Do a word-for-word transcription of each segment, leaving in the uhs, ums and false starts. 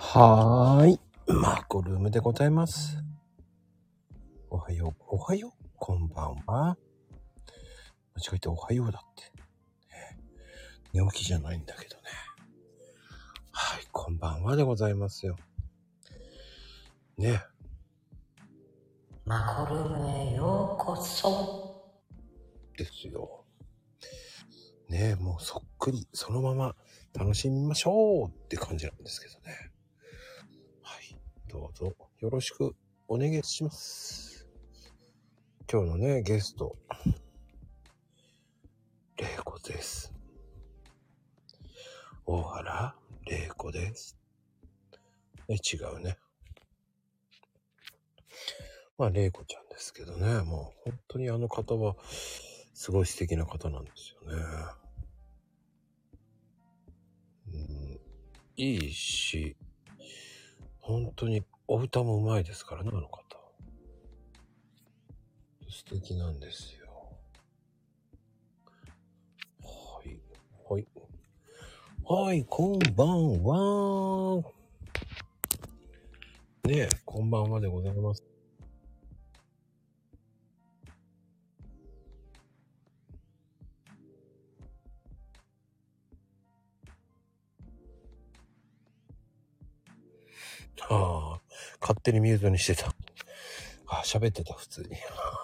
はーい。マコルームでございます。おはよう、おはよう、こんばんは。間違えておはようだって。寝起きじゃないんだけどね。はい、こんばんはでございますよ。ね。 マコルームへようこそ。 ですよ。ね、もうそっくり、そのまま楽しみましょうって感じなんですけどね。はい、どうぞよろしくお願いします。今日のね、ゲスト、れいこです。大原れいこです。え、違うね。まあ、れいこちゃんですけどね、もう本当にあの方はすごい素敵な方なんですよね。うん、いいし、本当にお歌もうまいですからね、あの方。素敵なんですよ。はい。はい。はい、こんばんは。ねえ、こんばんはでございます。ああ、勝手にミュートにしてた。あ、喋ってた、普通に。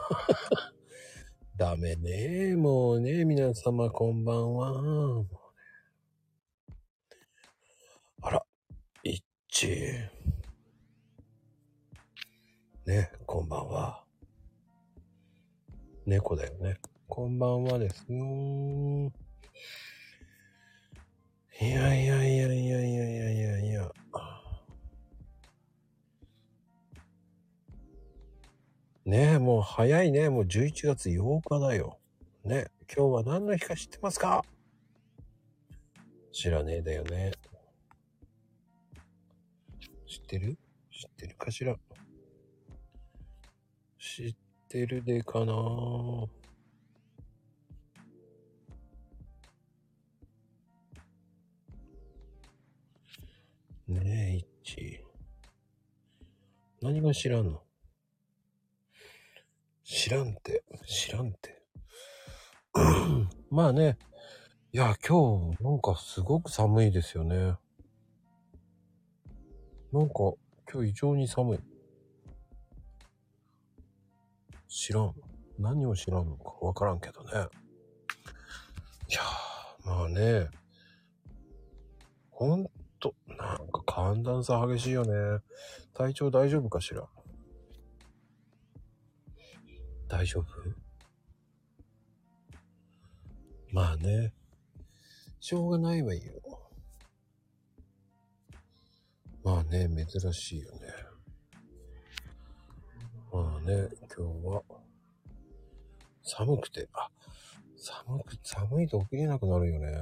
ダメね。もうね、皆様こんばんは。あら、いっちー。ね、こんばんは。猫だよね。こんばんはですよ。いやいやいやいやいやいやいやいや。ねえ、もう早いね。もうじゅういちがつようかだよ。ね、今日は何の日か知ってますか？知らねえだよね。知ってる？知ってるかしら？知ってるでかな？ねえ、いっち。何が知らんの？知らんって、知らんって。まあね、いや、今日なんかすごく寒いですよね。なんか今日異常に寒い。知らん。何を知らんのかわからんけどね。いやー、まあね、ほんと、なんか寒暖差激しいよね。体調大丈夫かしら？大丈夫？まあね、しょうがないわよ。まあね、珍しいよね。まあね、今日は寒くて、あ、寒く、寒いと起きれなくなるよね。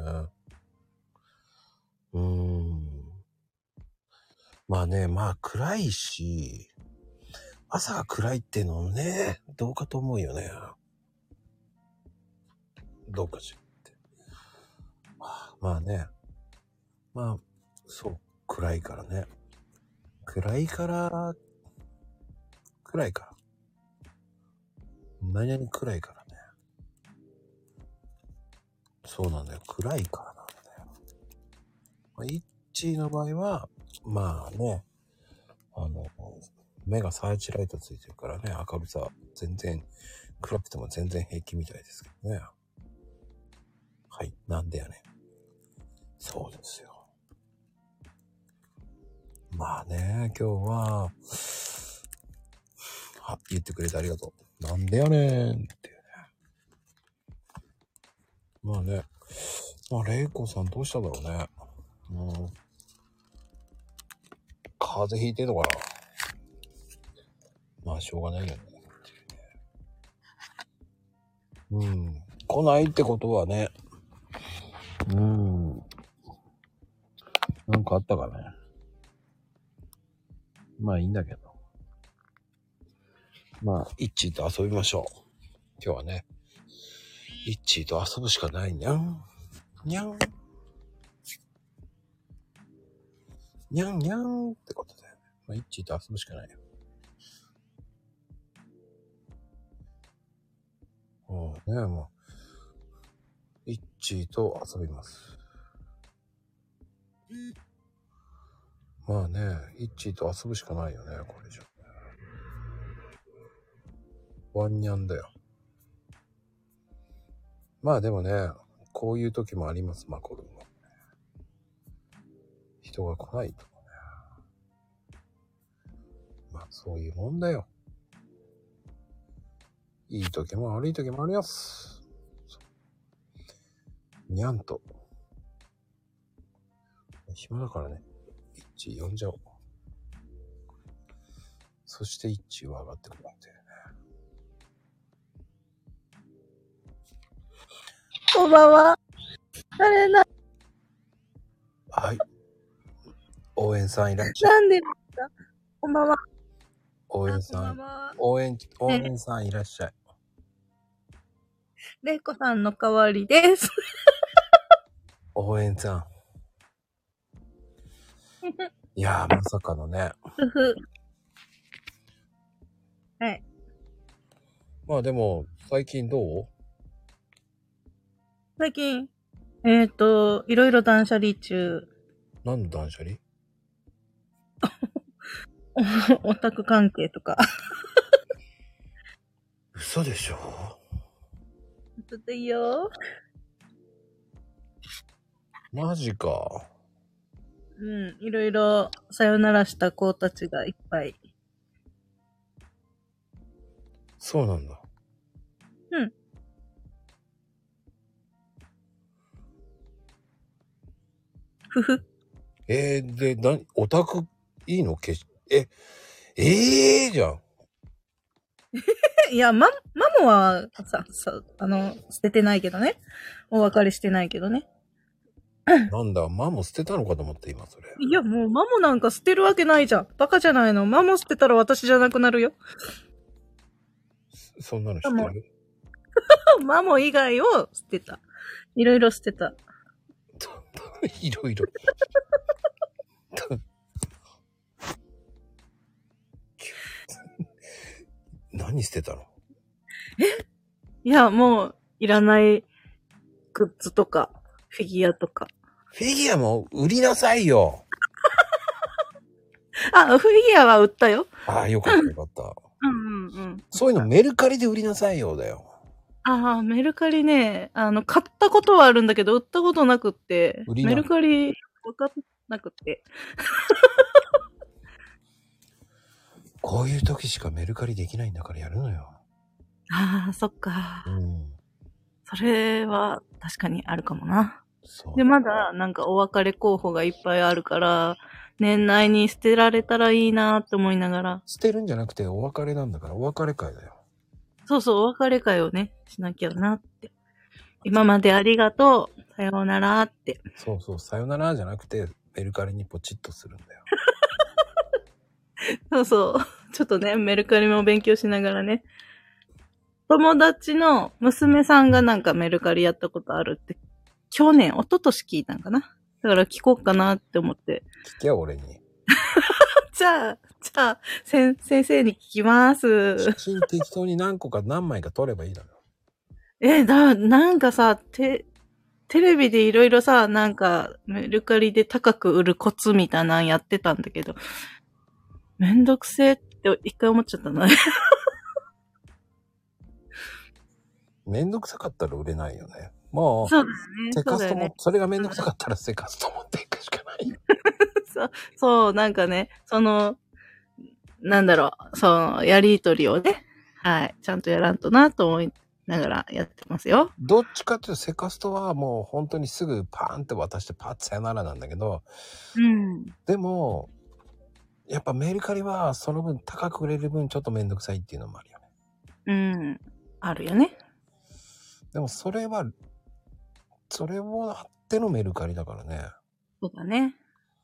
うーん。まあね、まあ暗いし、朝が暗いっていうのね、どうかと思うよね。どうかしらって。まあね、まあ、そう、暗いからね。暗いから、暗いから。何々暗いからね。そうなんだよ。暗いからなんだよ。まあ、イッチーの場合は、まあね、あの、目がサーチライトついてるからね、明るさ、全然、暗くても全然平気みたいですけどね。はい、なんでやね。そうですよ。まあね、今日は、は、言ってくれてありがとう。なんでやねんっていうね。まあね、まあ、レイコさんどうしただろうね。うん。風邪ひいてんのかな。まあ、しょうがないよね。うん。来ないってことはね。うん。なんかあったかね。まあいいんだけど。まあ、イッチーと遊びましょう。今日はね。イッチーと遊ぶしかないにゃん。にゃん。 にゃんにゃんってことだよね。まあ、イッチーと遊ぶしかないよ。うんね、もう、イッチーと遊びます。まあね、イッチーと遊ぶしかないよね、これじゃ。ワンニャンだよ。まあでもね、こういう時もあります、マコルンは。人が来ないとかね。まあそういうもんだよ。いい時も悪い時もあります。にゃんと。暇だからね、イッチー呼んじゃおう。そしてイッチーは上がってくるっていうね。 こんばんは。誰な、 はい。応援さんいらっしゃい。 なんでですか？こんばんは。 応援さん、 こんばんは。 応援、応援さんいらっしゃい。 れいこさんの代わりです。 応援さん。いやー、まさかのね。 ふふ。はい。 まあでも、最近どう？ 最近、えっと、いろいろ断捨離中。 何の断捨離？ オタク関係とか。 嘘でしょ？ ちょっといいよ。 マジか。 うん、いろいろさよならした子たちがいっぱい。 そうなんだ。 うん。ふふ。 えー、で、な、オタクいいの？消し、え、えーじゃん。 いや、ま、マモはさ、さ、あの、捨ててないけどね。お別れしてないけどね。 なんだ、マも捨てたのかと思って今それ。 いや、もうマモなんか捨てるわけないじゃん。バカじゃないの。マモ捨てたら私じゃなくなるよ。 そんなの知ってる？ マモ以外を捨てた。いろいろ捨てた。 いろいろ。何捨てたの？ え？いや、もう、いらないグッズとか、フィギュアとか。 フィギュアも売りなさいよ。 あ、フィギュアは売ったよ。 ああ、よかったよかった。 うんうんうん。 そういうのメルカリで売りなさいよだよ。 ああ、メルカリね、あの、買ったことはあるんだけど、売ったことなくって、 売りなメルカリ、わかんなくって。 こういう時しかメルカリできないんだからやるのよ。 ああ、そっか。 うん。 それは確かにあるかもな。 そう。 で、まだなんかお別れ候補がいっぱいあるから、年内に捨てられたらいいなって思いながら。 捨てるんじゃなくてお別れなんだからお別れ会だよ。 そうそう、お別れ会をね、しなきゃなって。今までありがとう、さようならって。 そうそう、さよならじゃなくてメルカリにポチッとするんだよ。 そうそう。ちょっとね、メルカリも勉強しながらね。友達の娘さんがなんかメルカリやったことあるって、去年、一昨年聞いたんかな。だから聞こうかなって思って。 聞けよ、俺に。 じゃあ、じゃあ、先生に聞きます。 写真適当に何個か何枚か撮ればいいだろ。 え、だ、なんかさ、て、テレビでいろいろさ、なんか、メルカリで高く売るコツみたいなのやってたんだけど、めんどくせえって一回思っちゃったな。 めんどくさかったら売れないよね。もう、 そうだよね。 セカストも、そ,、 ね、 それがめんどくさかったらセカスト持っていくしかないよ。 そう、そう、なんかね、その、なんだろう、その、やりとりをね、はい、ちゃんとやらんとなと思いながらやってますよ。 どっちかっていうとセカストはもう本当にすぐパーンって渡してパッとさよならなんだけど、 うん。 でも、やっぱメルカリはその分高く売れる分ちょっとめんどくさいっていうのもあるよね。 うん。あるよね。 でもそれは、それもあってのメルカリだからね。 そうだね。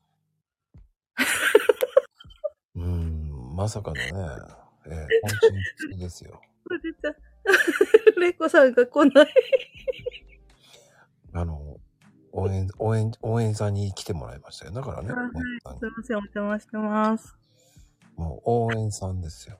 うーん、まさかのね、えー、本当に好きですよ。 レイコさんが来ない。 あの、 応援、応援、応援さんに来てもらいましたよ。だからね。 はい、 本当にすいません、お邪魔してます。 もう応援さんですよ。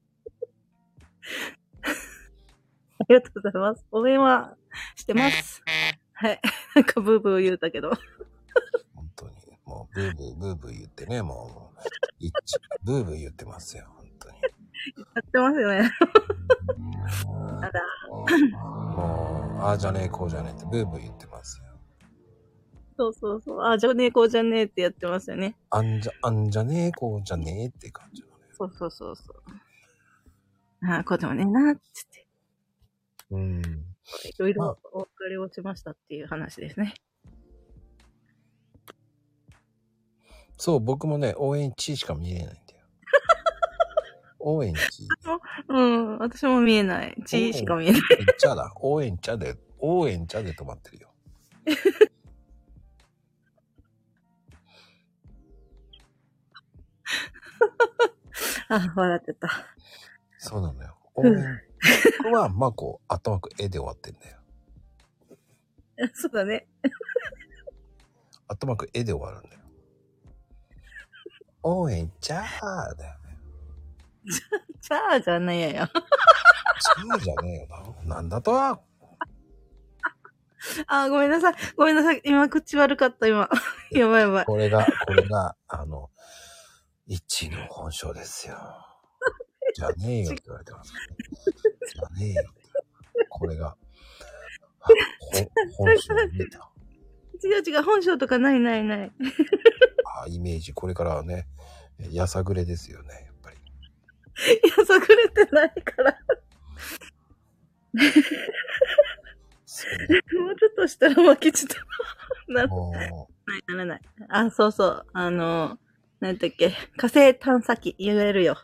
ありがとうございます。応援はしてます。はい。なんかブーブー言うたけど。 本当に。もうブーブー、ブーブー言ってね、もう、一ブーブー言ってますよ。本当に。 やってますよね。あら。 もう、ああじゃねえ、こうじゃねえってブーブー言ってますよ。 そうそうそう。あ、じゃねえ、こうじゃねえってやってますよね。 あんじゃ、あんじゃねえ、こうじゃねえって感じのね。 そうそうそうそう。ああ、こうでもねえな、って言って。 うん。 いろいろお別れをしましたっていう話ですね。 そう、僕もね、応援地しか見えないんだよ。応援地。 うん、私も見えない。地しか見えない。 応援茶だ。応援茶で、応援茶で止まってるよ。 あ、笑ってた。 そうなのよ。応援。僕は、まあこう、頭く絵で終わってんだよ。 そうだね。 頭く絵で終わるんだよ。応援茶だよね。 じゃあじゃねえよ。 茶じゃねえよな。なんだとは。 あ、ごめんなさい。ごめんなさい。今、口悪かった、今。やばいやばい。 これが、これが、あの、一の本性ですよ。じゃねえよって言われてますからね。じゃねえよって。これが、本性を見た。 違う違う、本性とかないないない。 あ、イメージ、これからはね、やさぐれですよね、やっぱり。 やさぐれてないから。もうちょっとしたら負けちゃった。ならない、ならない。あ、そうそう。あの、なんだっけ。火星探査機言えるよ。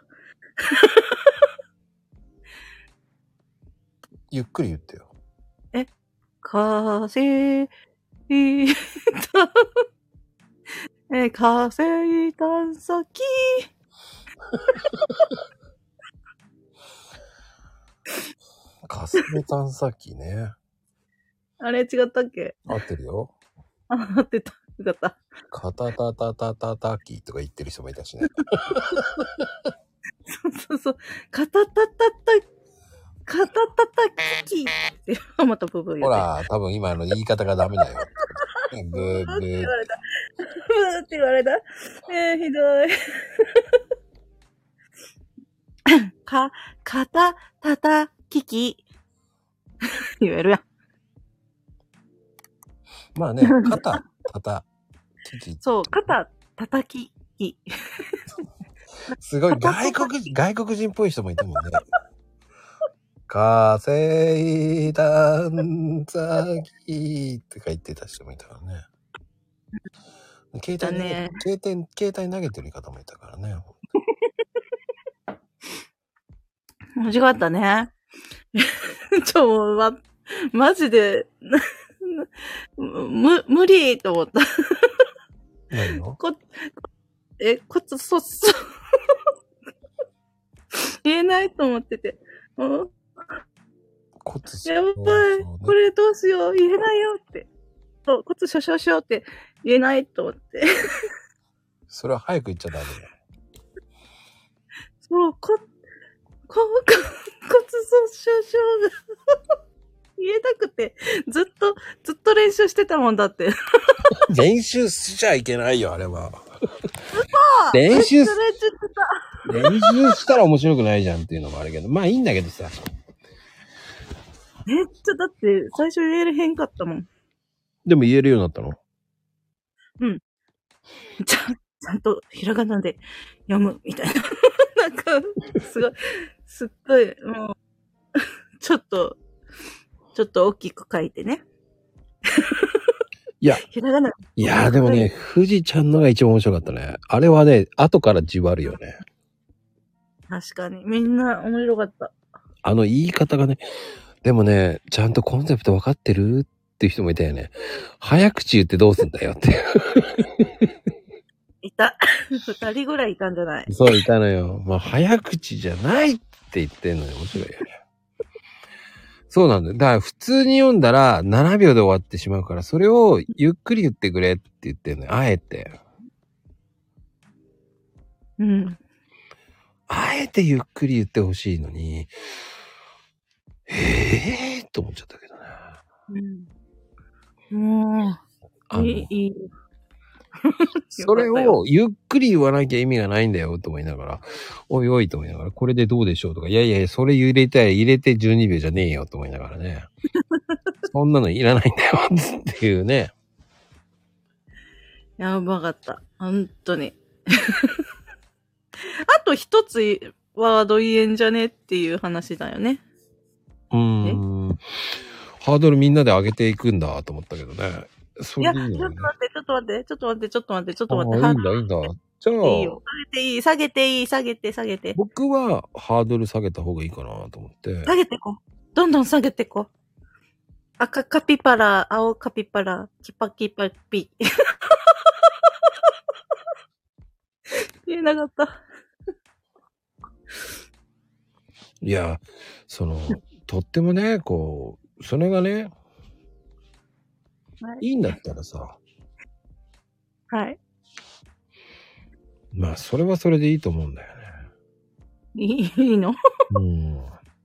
ゆっくり言ってよ。 え火星、え、火星探査機。 火星探査機ね。 あれ違ったっけ？ 合ってるよ。 あ、合ってた。よかった。 カタタタタタタキとか言ってる人もいたしね。 そうそうそう。カタタタタ、カタタタキキって、またブーブー言うて。 ほら、多分今の言い方がダメだよ。ブーブー。 ブーって言われた。ブーって言われた。えー、ひどい。か、カタタタキキ。言えるやん。 まあね、肩、たた、キキ。 そう、肩、たたき、き。 すごい外国人、外国人っぽい人もいたもんね。火星探査機とか言ってた人もいたからね。携帯ね、携帯、携帯投げてる方もいたからね。 間違ったね。ちょ、もう、ま、マジで、む、無理と思った。 何の？ こ、え、こつ、そ、そ、言えないと思ってて。うんコツやばい、これどうしよう、言えないよって。そう、コツしょしょしょって言えないと思って。 それは早く言っちゃダメだよ。 そう、こ、こ、こ、コツしょしょが言えなくて、ずっと、ずっと練習してたもんだって。 練習しちゃいけないよ、あれは。練習す、練習したら面白くないじゃんっていうのもあるけど、まあいいんだけどさ。 めっちゃ、だって、最初言えるへんかったもん。 でも言えるようになったの？ うん。ちゃん、ちゃんとひらがなで読むみたいな。なんか、すごい、すっごい、もう、ちょっと、ちょっと大きく書いてね。 いや、 ひらがな。 いや、でもね、富士ちゃんのが一番面白かったね。あれはね、後からじわるよね。 確かに。みんな面白かった。 あの言い方がね、でもね、ちゃんとコンセプト分かってるっていう人もいたよね。早口言ってどうすんだよって。 いた。二人ぐらいいたんじゃない？ そう、いたのよ。まあ、早口じゃないって言ってんのに面白いよね。 そうなんだよ。だから普通に読んだらななびょうで終わってしまうから、それをゆっくり言ってくれって言ってんのよ。あえて。 うん。 あえてゆっくり言ってほしいのに、ええーと思っちゃったけどね。 うん。もう、 あの、 いい、いい。 それをゆっくり言わなきゃ意味がないんだよと思いながら、おいおいと思いながら、これでどうでしょうとか、いやいや、それ入れたい、入れてじゅうにびょうじゃねえよと思いながらね。そんなのいらないんだよっていうね。 やばかった。本当に。あと一つワード言えんじゃねっていう話だよね。 うーん。ハードルみんなで上げていくんだと思ったけどね。そいや、 れでいいのね。 ちょっと待って、ちょっと待って、ちょっと待って、ちょっと待って、ちょっと待って。 ああ、いいんだ、いいんだ。じゃあ、 いいよ。下げていい、下げていい、下げて、下げて。 僕はハードル下げた方がいいかなと思って。 下げてこう。どんどん下げてこう。赤カピバラ、青カピバラ、キパキパピ。言えなかった。 いや、その、とってもね、こう、それがね、 はい、 いいんだったらさ、 はい。 まあ、それはそれでいいと思うんだよね。 いい、いいのうん。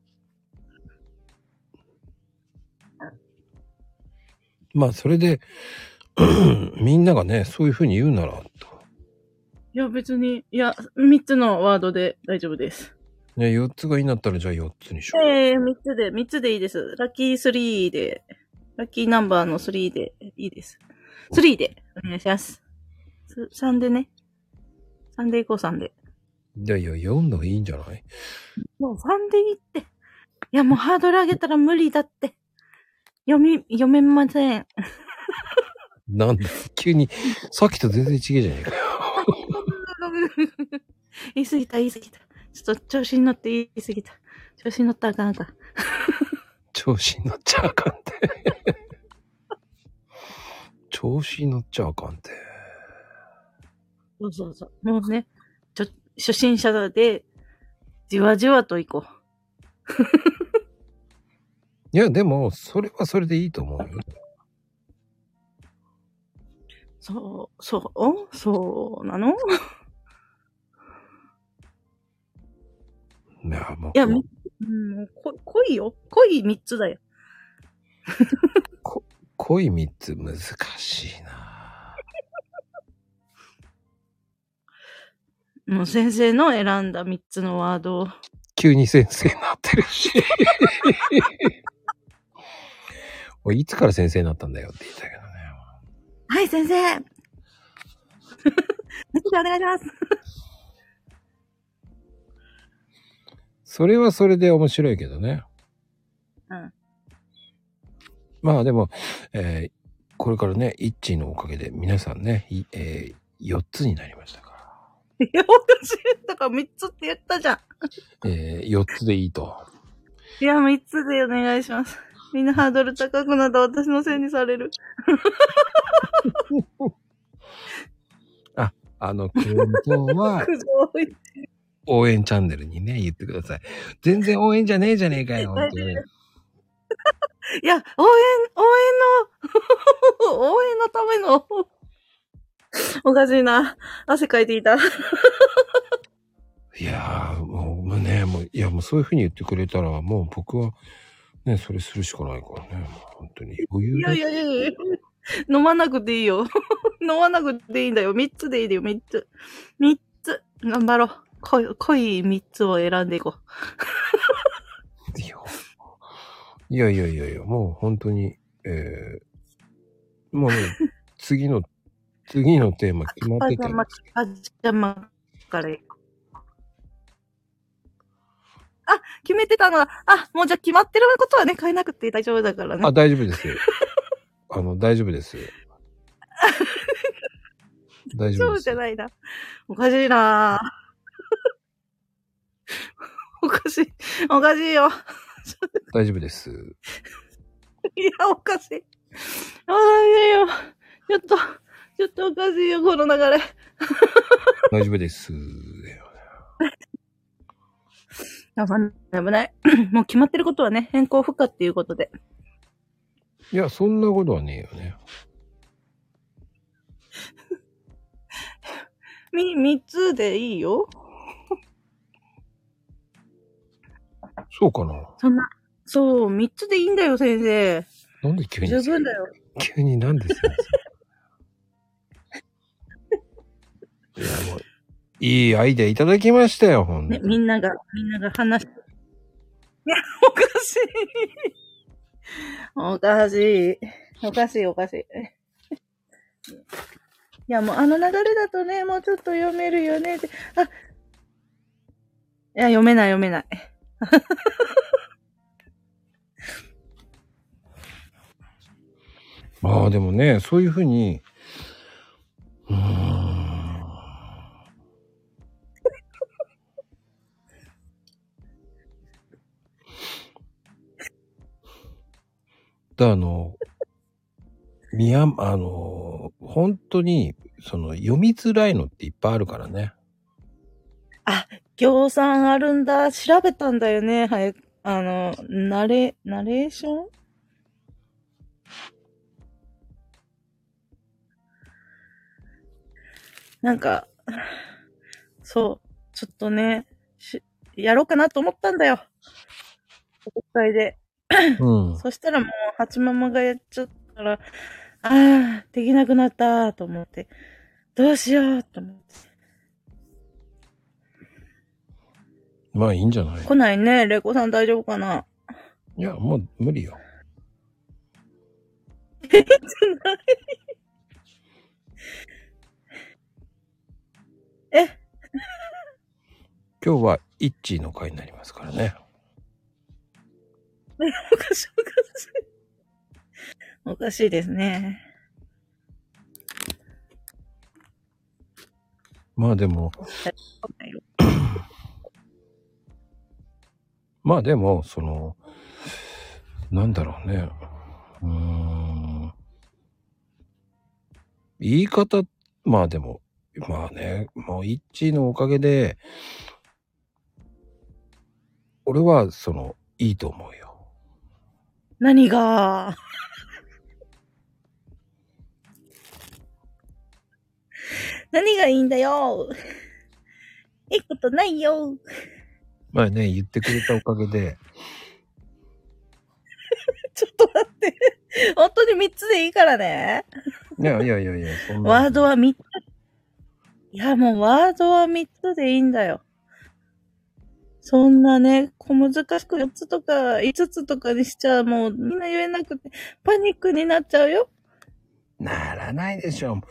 まあ、それで、みんながね、そういうふうに言うなら、と。 いや、別に、いや、三つのワードで大丈夫です。 ね、四つがいいんだったら、じゃあ四つにしよう。 ええー、三つで、三つでいいです。ラッキースリーで、ラッキーナンバーのスリーでいいです。スリーでお願いします。三でね。三でいこう、三で。 いやいや、四のがいいんじゃない？ もう三でいいって。いや、もうハードル上げたら無理だって。読み、読めません。 なんだ、急に、さっきと全然違えじゃねえかよ。 言い過ぎた、言い過ぎた。ちょっと調子に乗って言い過ぎた。調子に乗ったらあかんあかん。 調子に乗っちゃあかんって。調子に乗っちゃあかんって。 そうそうそう。もうね、ちょ、初心者で、じわじわと行こう。 いや、でも、それはそれでいいと思うよ。 そう、そう、そうなの？ いや、もう。 いや、うん、こ濃いよ。濃い三つだよ。 こ濃い三つ難しいな。 もう先生の選んだ三つのワードを。 急に先生になってるし。おい、いつから先生になったんだよって言ったけどね。 はい、先生。先生お願いします。 それはそれで面白いけどね。 うん。まあでも、えー、これからね、イッチーのおかげで皆さんね、えー、よっつになりましたから。 いや、私、だからみっつって言ったじゃん。 えー、よっつでいいと。 いや、みっつでお願いします。みんなハードル高くなった私のせいにされる。 あ、あの、コメントは、応援チャンネルにね、言ってください。全然応援じゃねえじゃねえかよ、ってね。 いや、応援、応援の、応援のための、おかしいな。汗かいていた。 いやー、もうね、もう、いや、もうそういう風に言ってくれたら、もう僕は、ね、それするしかないからね。もう本当に余裕で。 いやいやいやいや、飲まなくていいよ。飲まなくていいんだよ。みっつでいいよ、みっつ。みっつ。頑張ろう。濃い、濃いみっつを選んでいこう。いやいやいやいや、もう本当に、えー、もうね、次の、次のテーマ決まってたんですけど。 パジャマからいこう。あ、決めてたのは、あ、もうじゃあ決まってることはね、変えなくて大丈夫だからね。 あ、大丈夫ですよ。あの、大丈夫です。大丈夫です。そうじゃないな。おかしいなおかしい。おかしいよ。 大丈夫です。 いや、おかしい。おかしいよ。ちょっと、ちょっとおかしいよ、この流れ。 大丈夫です。 危ない。危ない。もう決まってることはね、変更不可っていうことで。 いや、そんなことはねえよね。 み、三つでいいよ。 そうかな。 そんな、そう、三つでいいんだよ、先生。 なんで急に十分だよ。 急になんですよ。いや、もう、いいアイデアいただきましたよ、ほんとね、みんなが、みんなが話して。いや、おかしい。おかしい。おかしい、おかしい。いや、もうあの流れだとね、もうちょっと読めるよねって。あ、いや、読めない、読めない。 まあでもね、そういうふうに、うーん。だあの、みや、あの、本当に、その、読みづらいのっていっぱいあるからね。 あ、行さんあるんだ。調べたんだよね。はい。あの、ナレ、ナレーションなんか、そう、ちょっとね、し、やろうかなと思ったんだよ。国会で。 うん。 そしたらもう、ハチママがやっちゃったら、ああ、できなくなったと思って、どうしようと思って。 まあいいんじゃない？ 来ないね。レコさん大丈夫かな？ いや、もう無理よ。 え、え今日はイッチーの回になりますからね。 おかしい、おかしい。おかしいですね。 まあでも、まあでも、その、なんだろうね。うーん。言い方、まあでも、まあね、もうイッチーのおかげで、俺は、その、いいと思うよ。 何が何がいいんだよ。いいことないよ。 まあね、言ってくれたおかげで。 ちょっと待って。本当に三つでいいからね。 いやいやいやいや、そんな。 ワードは三つ。いや、もうワードは三つでいいんだよ。そんなね、小難しくよっつとかいつつとかにしちゃもうみんな言えなくてパニックになっちゃうよ。 ならないでしょ。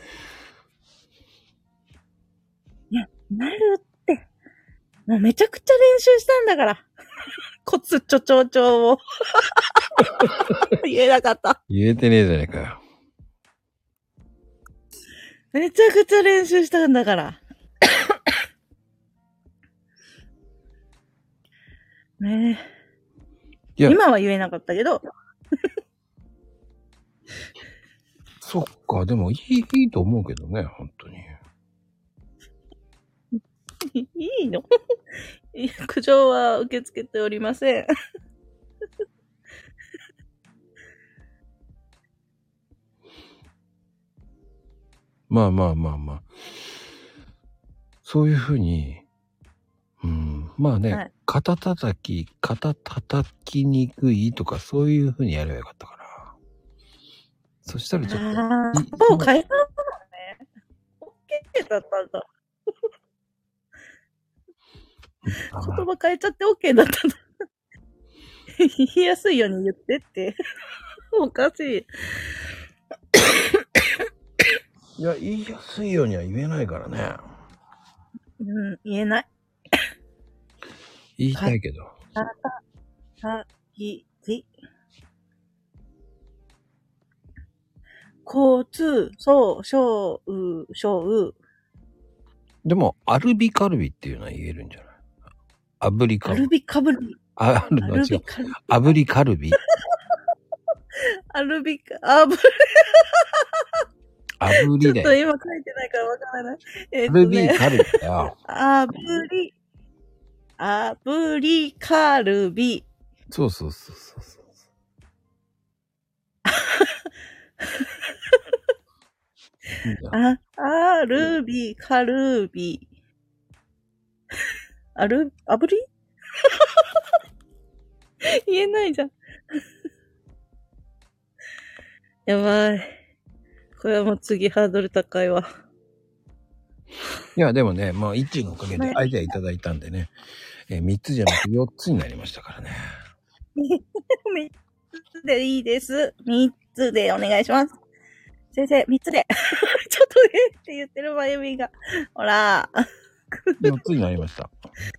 いや、なるって。もうめちゃくちゃ練習したんだから。コツちょちょちょを。言えなかった。 言えてねえじゃねえかよ。 めちゃくちゃ練習したんだから。ねえ。今は言えなかったけど。 そっか、でもいい、いいと思うけどね、本当に。 いいの苦情は受け付けておりません。 まあまあまあまあ。そういうふうに、うん、まあね、はい、肩叩き、肩叩きにくいとかそういうふうにやればよかったから。そしたらちょっと。 ああ、もう変えたんだね。OK だったんだ。言葉変えちゃって OK だったんだ。言いやすいように言ってって。おかしい。 いや、言いやすいようには言えないからね。 うん、言えない。 言いたいけど。 たた、た、き、き。交通、そう、しょう、しょう。 でも、アルビカルビっていうのは言えるんじゃない？炙りカルビ。 アルビカブリ。 あ、あるの違う。炙りカルビ。 アルビカ、あぶり。 炙りで。 ちょっと今書いてないからわからない。 えー、ね、アルビカルビだよ。 あぶり。 炙りカルビ。 そうそうそうそうそう。いいじゃん。 あ、アルビ、カルビ。ある、炙り言えないじゃん。やばい。これはもう次ハードル高いわ。 いや、でもね、まあ、一のおかげでアイデアいただいたんでね、えー、みっつじゃなくてよっつになりましたからね。 みっつでいいです。みっつでお願いします。先生、みっつで。ちょっとえって言ってるまゆみが。ほら。 よっつになりました。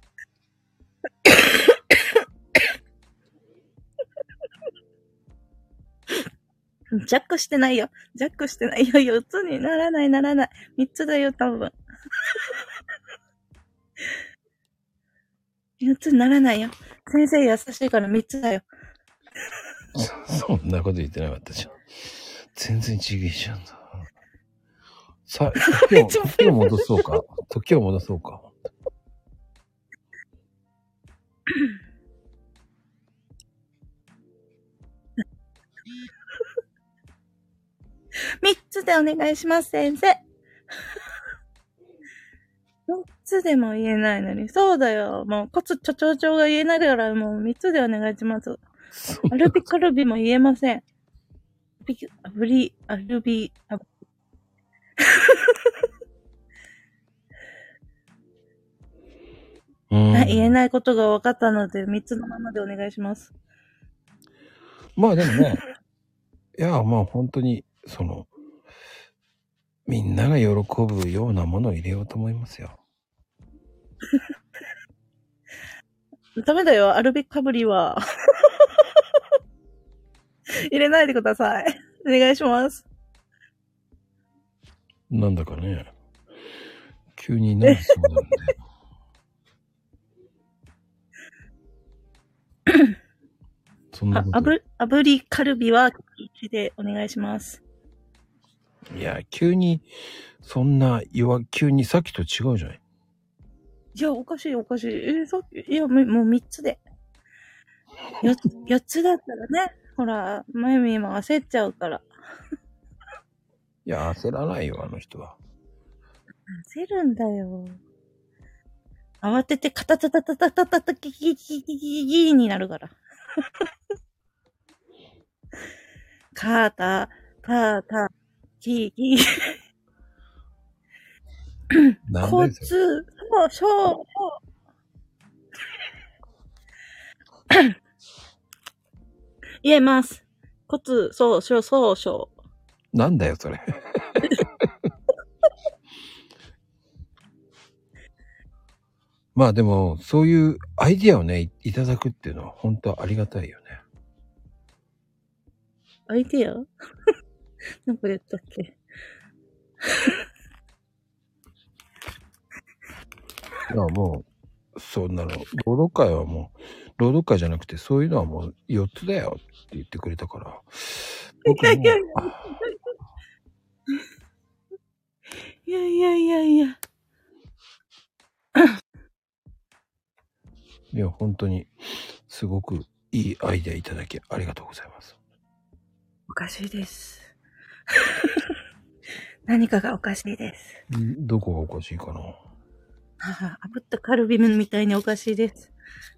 ジャックしてないよ。ジャックしてないよ。よっつにならないならない。みっつだよ、多分。よっつにならないよ。先生優しいからみっつだよ。 そんなこと言ってなかったじゃん。全然違えじゃん。さ、時を、時を戻そうか。時を戻そうか。 みっつでお願いします、先生。よっつでも言えないのに。そうだよ。もう、コツちょちょちょが言えないから、もうみっつでお願いします。アルビカルビも言えません。ビアブリ、アルビ、アブうん言えないことが分かったので、みっつのままでお願いします。 まあでもね、いや、まあ本当に、その、みんなが喜ぶようなものを入れようと思いますよ。 ダメだよ、アルビカブリは。入れないでください。お願いします。 なんだかね、急になりそうなんで。そんなこと。 あ、あぶ、炙りカルビはいちでお願いします。 いや、急に、そんな弱、急にさっきと違うじゃない。 いや、おかしいおかしい。えー、さっき、いや、もうもうみっつで。よ、よっつだったらね、ほら、まゆみも焦っちゃうから。 いや、焦らないよ、あの人は。 焦るんだよ。慌ててカタタタタタタタタキキキキキキになるから。カタタタキキコツ、そう、そう、言えます。コツ、そう、そう、そう、そう。 なんだよ、それ。まあでも、そういうアイディアをね、い、いただくっていうのは本当ありがたいよね。 アイディアなんか言ったっけいや、もう、そんなの、朗読会はもう、朗読会じゃなくて、そういうのはもうよっつだよって言ってくれたから。僕もいやいやいやいやいや。 いや、本当に、すごくいいアイデアいただきありがとうございます。 おかしいです。何かがおかしいです。 どこがおかしいかな。 はは、炙ったカルビムみたいにおかしいです。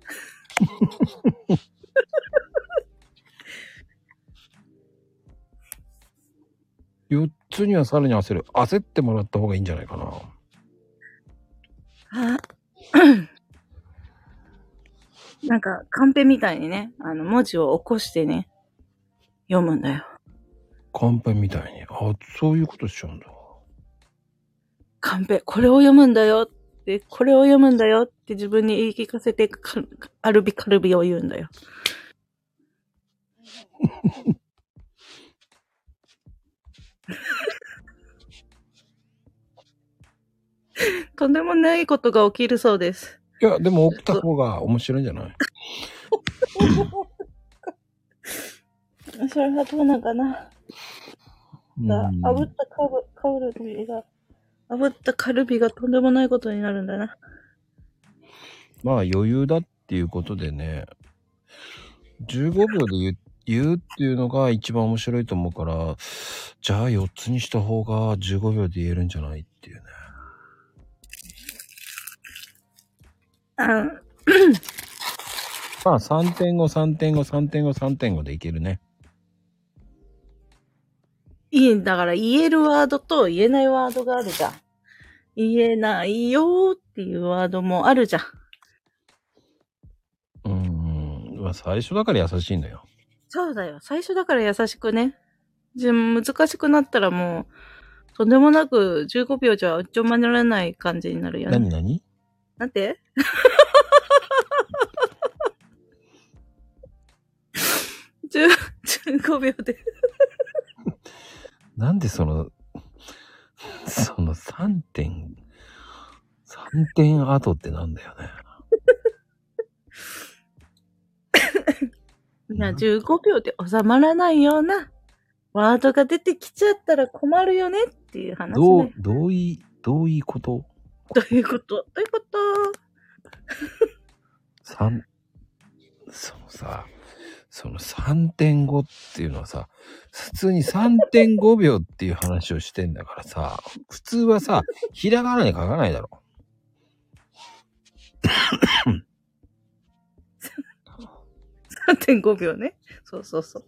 よっつにはさらに焦る。焦ってもらった方がいいんじゃないかな。 あなんか、カンペみたいにね、あの、文字を起こしてね、読むんだよ。 カンペみたいに。あ、そういうことしちゃうんだ。 カンペ、これを読むんだよって、これを読むんだよって自分に言い聞かせて、アルビカルビを言うんだよ。とんでもないことが起きるそうです。 いや、でも起きた方が面白いんじゃないそれはどうなんかな。炙ったカブ、カルビが、炙ったカルビがとんでもないことになるんだな。 まあ余裕だっていうことでね、じゅうごびょうで言う、言うっていうのが一番面白いと思うから、じゃあよっつにした方がじゅうごびょうで言えるんじゃないっていうね。 うん。 まあさんてんご、さんてんご、さんてんご、さんてんごでいけるね。 いいんだから言えるワードと言えないワードがあるじゃん。言えないよーっていうワードもあるじゃん。 うーん。まあ最初だから優しいんだよ。 そうだよ。最初だから優しくね。じゃ難しくなったらもう、とんでもなくじゅうごびょうじゃうっちょまねられない感じになるよね。 何何なんてじゅう、じゅうごびょうで。 なんでその、そのさんてん、さんてん後ってなんだよね。 いや、じゅうごびょうで収まらないようなワードが出てきちゃったら困るよねっていう話ね。 どう、どうい、どういうことどういうことどういうこと三、そのさ、そのさんてんごっていうのはさ、普通にさんてんごびょうっていう話をしてんだからさ、普通はさ、ひらがなに書かないだろ。 さんてんごびょうね。そうそうそう。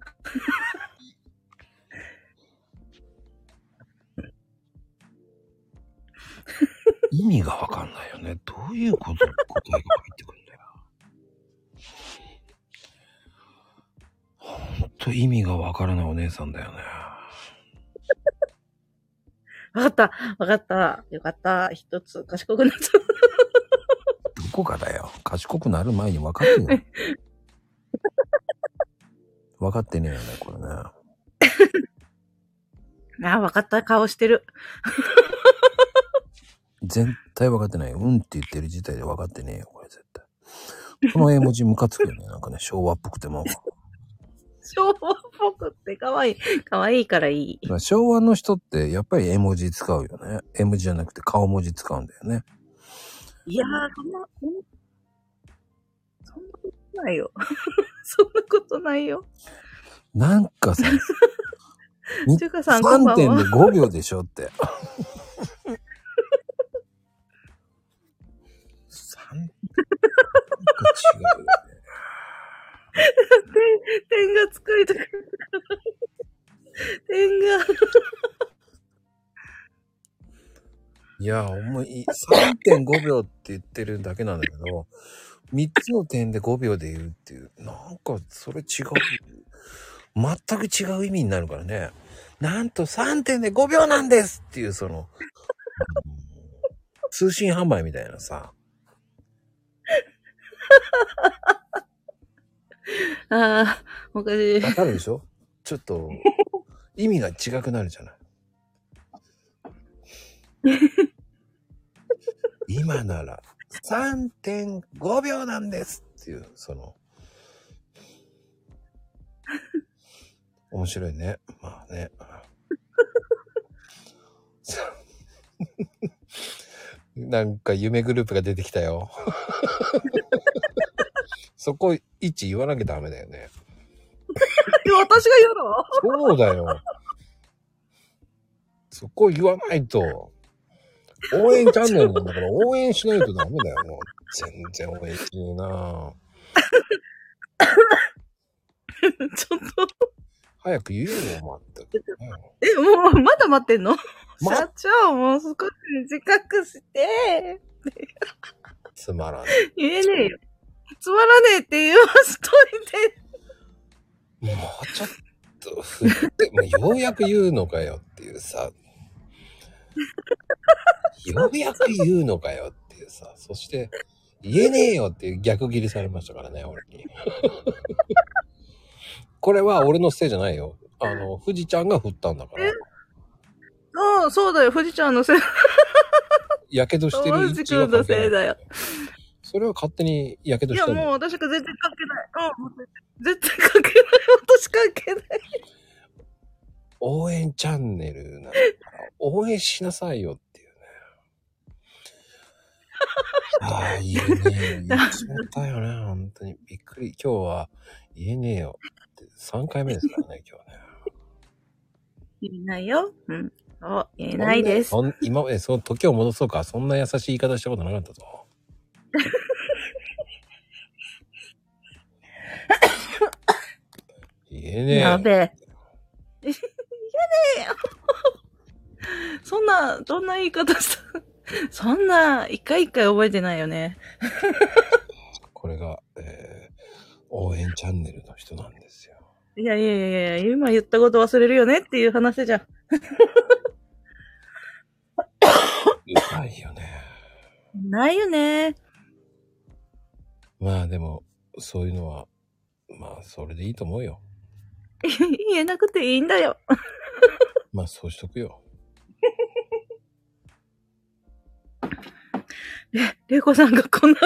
意味がわかんないよね。どういうこと、答えが入ってくるんだよ。ほんと意味がわからないお姉さんだよね。 わかった。わかった。よかった。一つ賢くなった。 どこかだよ。賢くなる前に分かってんよ。分かってねえよね、これね。 あ、わかった顔してる。 絶対分かってないよ。うんって言ってる時点で分かってねえよ、これ絶対。この絵文字ムカつくよね。なんかね、昭和っぽくても。 昭和っぽくって可愛い。可愛いからいい。 昭和の人ってやっぱり絵文字使うよね。絵文字じゃなくて顔文字使うんだよね。 いやー、そんな、そんなことないよ。そんなことないよ。 なんかさ、 ちゅうかさん、こんばんは。 さんてんでごびょうでしょって。さん、なんか違うよね。 点が作りたくなる。点が。 いや、思い、さんてんごびょうって言ってるだけなんだけど、みっつの点でごびょうで言うっていう、なんかそれ違う。全く違う意味になるからね。なんとさんてんでごびょうなんですっていう、その、通信販売みたいなさ。 ああ、おかしい。 わかるでしょ？ちょっと、意味が違くなるじゃない。今なら さんてんごびょうなんですっていう、その、面白いね。まあね。なんか夢グループが出てきたよ。そこ位置言わなきゃダメだよね。 私が言うの？ そうだよ。そこ言わないと。応援チャンネルなんだから応援しないとダメだよ。もう全然応援しねえな。 ちょっと。 早く言えよ、待って。 え、もう、まだ待ってんの？ ま、 社長、もう少し短くして。 つまらない。 言えねえよ。つまらねえって言わしといて。 もうちょっと振って、もうようやく言うのかよっていうさ。ようやく言うのかよっていうさ。そして、言えねえよっていう逆切りされましたからね、俺に。これは俺のせいじゃないよ。あの、富士ちゃんが振ったんだから。 そう、そうだよ、富士ちゃんのせい。 やけどしてる富士君のせいだよ。 それは勝手にやけどしたんだよ。 いや、もう私が全然関係ない。うん、絶対関係ない。私関係ない。 応援チャンネルなんだから、応援しなさいよっていうね。 ああ、言えねえよ。言っちまったよね。本当に。びっくり。今日は言えねえよ。ってさんかいめですからね、今日ね。 言えないよ。うん。そう、言えないです。 そん今まで、その時を戻そうか。そんな優しい言い方したことなかったぞ。言えねえよ。 やべえ。言えねえよ。そんな、どんな言い方したそんな、一回一回覚えてないよね。 これが、えー、応援チャンネルの人なんですよ。 いやいやいやいや、今言ったこと忘れるよねっていう話じゃん。うまいよね。 ないよね。 まあでも、そういうのは、まあ、それでいいと思うよ。 言えなくていいんだよ。 まあ、そうしとくよ。 え、レイコさんが来ない。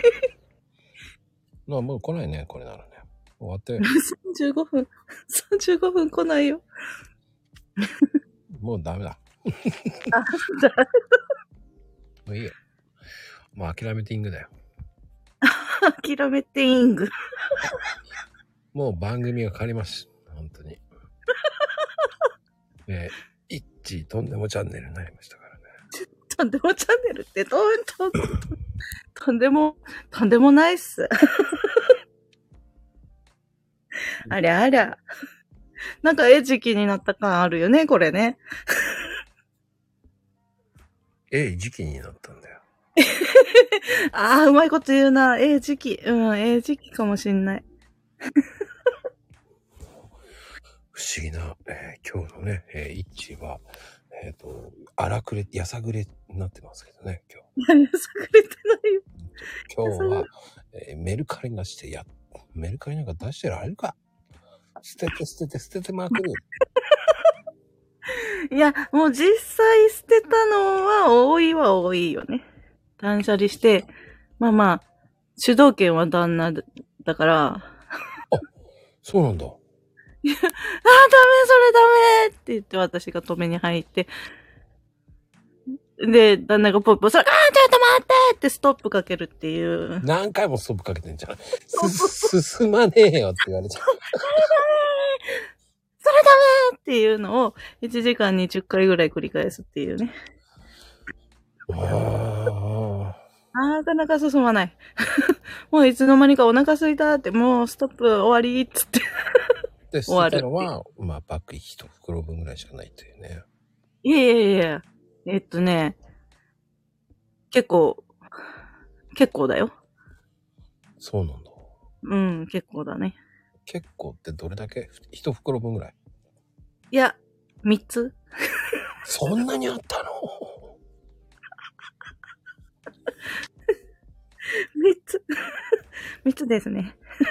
まあ、もう来ないね、これならね。終わって。 さんじゅうごふん、さんじゅうごふん来ないよ。 もうダメだ。 あ、だもういいよ。もう諦めてイングだよ。 諦めてイング。 もう番組が変わります。本当に。えー、イッチーとんでもチャンネルになりましたからね。 とんでもチャンネルってとんとんとんでも、とんでもないっす。ありゃありゃ。なんか餌食になった感あるよね、これね。 ええ時期になったんだよ。 ああ、うまいこと言うな。ええ時期。うん、ええ時期かもしんない。 不思議な、えー、今日のね、えー、イッチーは、えっ、ー、と、荒くれ、やさぐれになってますけどね、今日。 いや、やさぐれてないよ。 今日は、えー、メルカリがしてや、メルカリなんか出してられるか。捨てて捨てて捨ててまくる。 いや、もう実際捨てたのは多いは多いよね。断捨離して、まあまあ、主導権は旦那だから。あ、 そうなんだ。 いや、あー、ダメ、それダメって言って私が止めに入って、で、旦那がポッポ、それ、あー、ちょっと待ってってストップかけるっていう。 何回もストップかけてんじゃん。す、進まねえよって言われちゃう。それダメそれダメっていうのをいちじかんにじゅっかいぐらい繰り返すっていうね。 ああ、なかなか進まない。もういつの間にかお腹空いたって、もうストップ終わりっつって。 で、捨てたのは、まあ、バッグ一袋分ぐらいしかないというね。 いやいやいや、えっとね、結構、結構だよ。 そうなんだ。 うん、結構だね。 結構ってどれだけ？一袋分ぐらい？ いや、三つそんなにあったの？ 三つ。三つですね。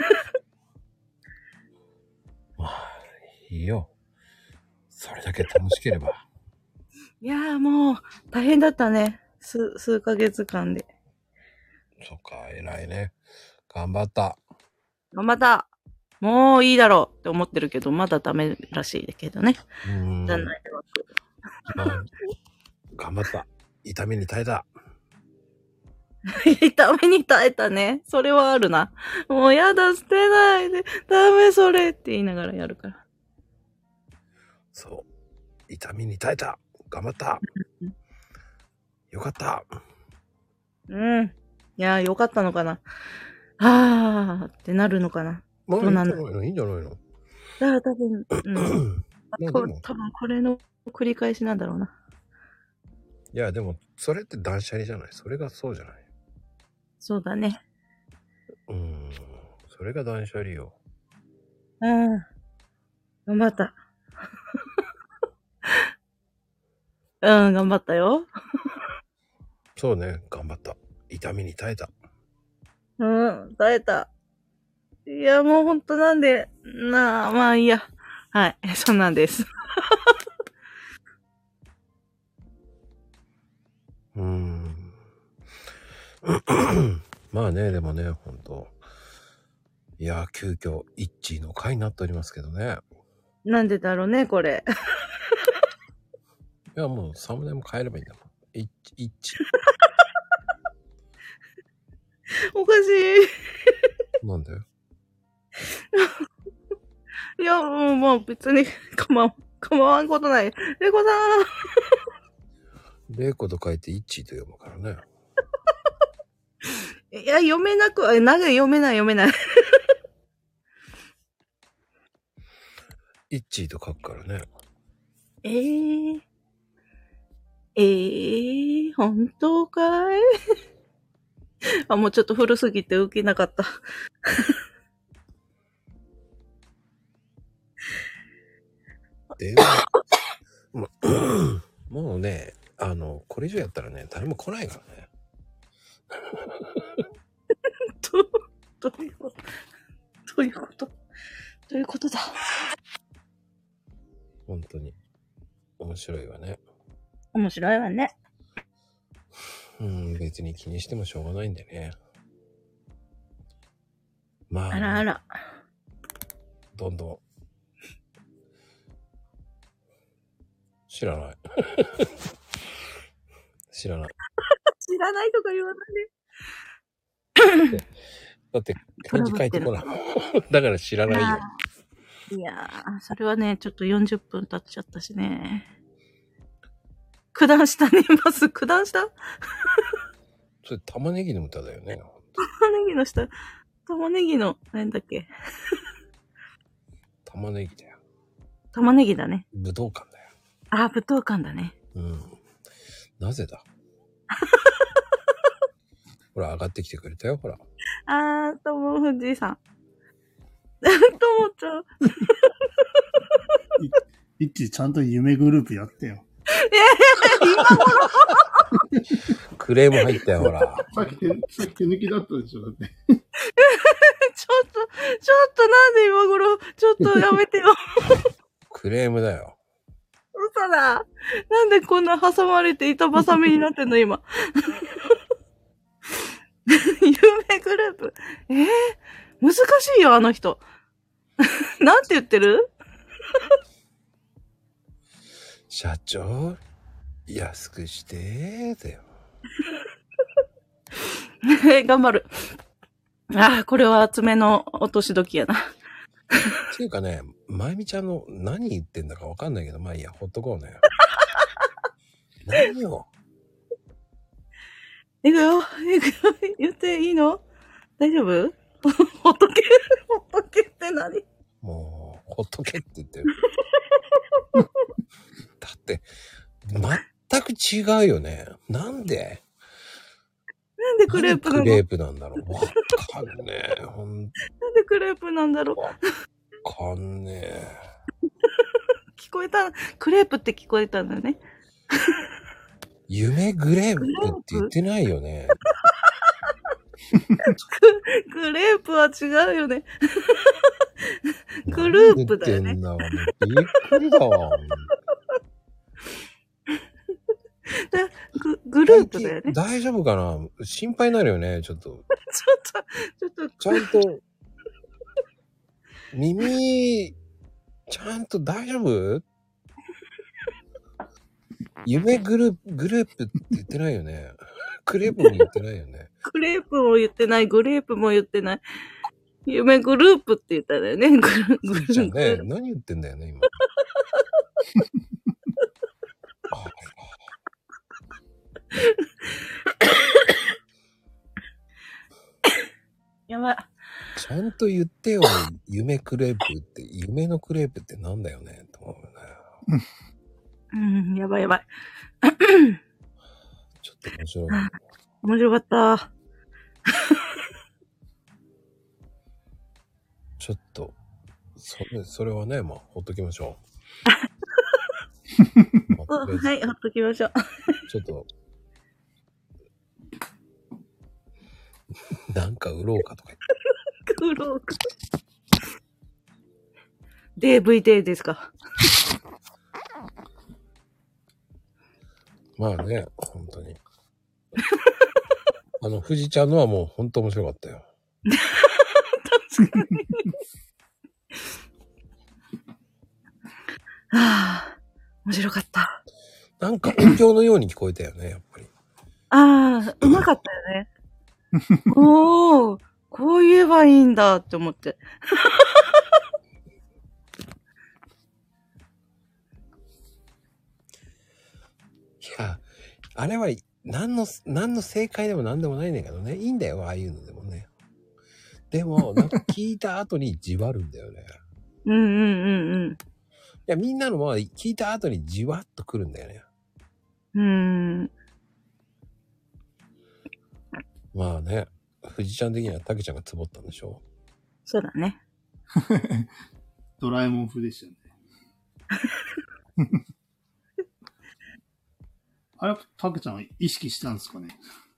まあ、いいよ。それだけ楽しければ。 いやーもう、大変だったね。数、数ヶ月間で。 そっか、偉いね。頑張った。 頑張った。もういいだろうって思ってるけど、まだダメらしいけどね。 うーん。 じゃないわまあ、頑張った。痛みに耐えた。 痛みに耐えたね。それはあるな。もうやだ、捨てないで。ダメそれって言いながらやるから。 そう。痛みに耐えた。頑張った。よかった。 うん。いや、よかったのかな。あーってなるのかな。 まあ、いいどうんなんだじゃないのいいんじゃないのだから多分、うん。 まあでも多分これの繰り返しなんだろうな。 いや、でも、それって断捨離じゃない。それがそうじゃない。 そうだね。 うーん。それが断捨離よ。 うん。頑張った。うん、頑張ったよ。 そうね、頑張った。痛みに耐えた。 うん、耐えた。いや、もうほんとなんで、なあ、まあいいや。はい、そんなんです。 うーん。まあね、でもね、ほんと。いや、急遽、イッチーの回になっておりますけどね。 なんでだろうね、これ。 いや、もうサムネも変えればいいんだもん。イッチ、イッチ。 おかしい。 なんで？ いや、もう、もう別に構わん、構わんことない。レコさレイコと書いてイッチーと読むからね。 ん。いや、読めなく、え、長い読めない読めない。 イッチーと書くからね。 えー。えー、本当かい？あ、もうちょっと古すぎて受けなかった。 でも、もうね、あの、これ以上やったらね、誰も来ないからね。 ど、どういうこと？どういうこと？どういうことだ？ 本当に。面白いわね。 面白いわね。 うん、別に気にしてもしょうがないんでね。まあ、 あらあら。 どんどん。知らない。知らない。 知らないとか言わないで。 だって返事書いてこない。だから知らないよ。 いやー、それはね、ちょっとよんじゅっぷん経っちゃったしね。九段下にいます。九段下？ それ玉ねぎの歌だよね。 玉ねぎの下、玉ねぎの、なんだっけ。 玉ねぎだよ。 玉ねぎだね。 武道館だよ。 あ、武道館だね。 うん。なぜだほら、上がってきてくれたよ、ほら。 あー、ともふじさん。ともちゃん。 いっちちゃんと夢グループやってよ。 いやいや、今頃クレーム入ったよ、ほら。 さっき手、さっき手抜きだったでしょ、だって。 ちょっと、ちょっとなんで今頃、ちょっとやめてよ。 クレームだよ。 嘘だ。なんでこんな挟まれて板挟みになってんの、今。夢グループ。えー、難しいよ、あの人。なんて言ってる？ 社長、安くしてーだよ。 頑張る。ああ、これは爪の落とし時やな。 っていうかね、まゆみちゃんの何言ってんだかわかんないけど、まあいいや、ほっとこうね。何よ。 いくよ、いくよ、言っていいの？大丈夫？ほっとけ、ほっとけって何？ もう、ほっとけって言ってる。だって、全く違うよね。なんでなんでクレープなの？ クレープなんだろう。わかんねえ。ほんなんでクレープなんだろう。 わかんねえ。 聞こえた、クレープって聞こえたんだね。 夢グレープって言ってないよね。 グレープは違うよね。グループだよね。 なんで言ってんだわ。びっくりだわ。 グ、グループだよね。 大丈夫かな？心配になるよね、ちょっと。 ちょっと、ちょっと。 ちゃんと、耳、ちゃんと大丈夫？夢グループ、グループって言ってないよね。クレープも言ってないよね。 クレープも言ってない、グレープも言ってない。夢グループって言ったんだよね。グルグルじゃあね、何言ってんだよね、今。 やばい。 ちゃんと言ってよ、夢クレープって、夢のクレープってなんだよね、と思うね。 うん、やばいやばい。 ちょっと面白いな。 面白かった。 ちょっと、それ、それはね、まあ、ほっときましょう。まあ、 はい、ほっときましょう。 ちょっと、なんか売ろうかとか言って。 売ろうか。デーブイデー ですか。 まあね、本当に。あの、富士ちゃんのはもう本当面白かったよ。 確かに。はあ、面白かった。 なんか音響のように聞こえたよね、やっぱり。 ああ、うまかったよね。 おー、こう言えばいいんだって思って。 いや、あれは何の、何の正解でも何でもないんだけどね。いいんだよ、ああいうのでもね。でも、なんか聞いた後にじわるんだよね。 うんうんうんうん。 いや、みんなのも聞いた後にじわっとくるんだよね。 うーん。 まあね、藤ちゃん的にはたけちゃんがつぼったんでしょ？ そうだね。 ドラえもん風でしたよね。あれ、たけちゃん意識したんですかね？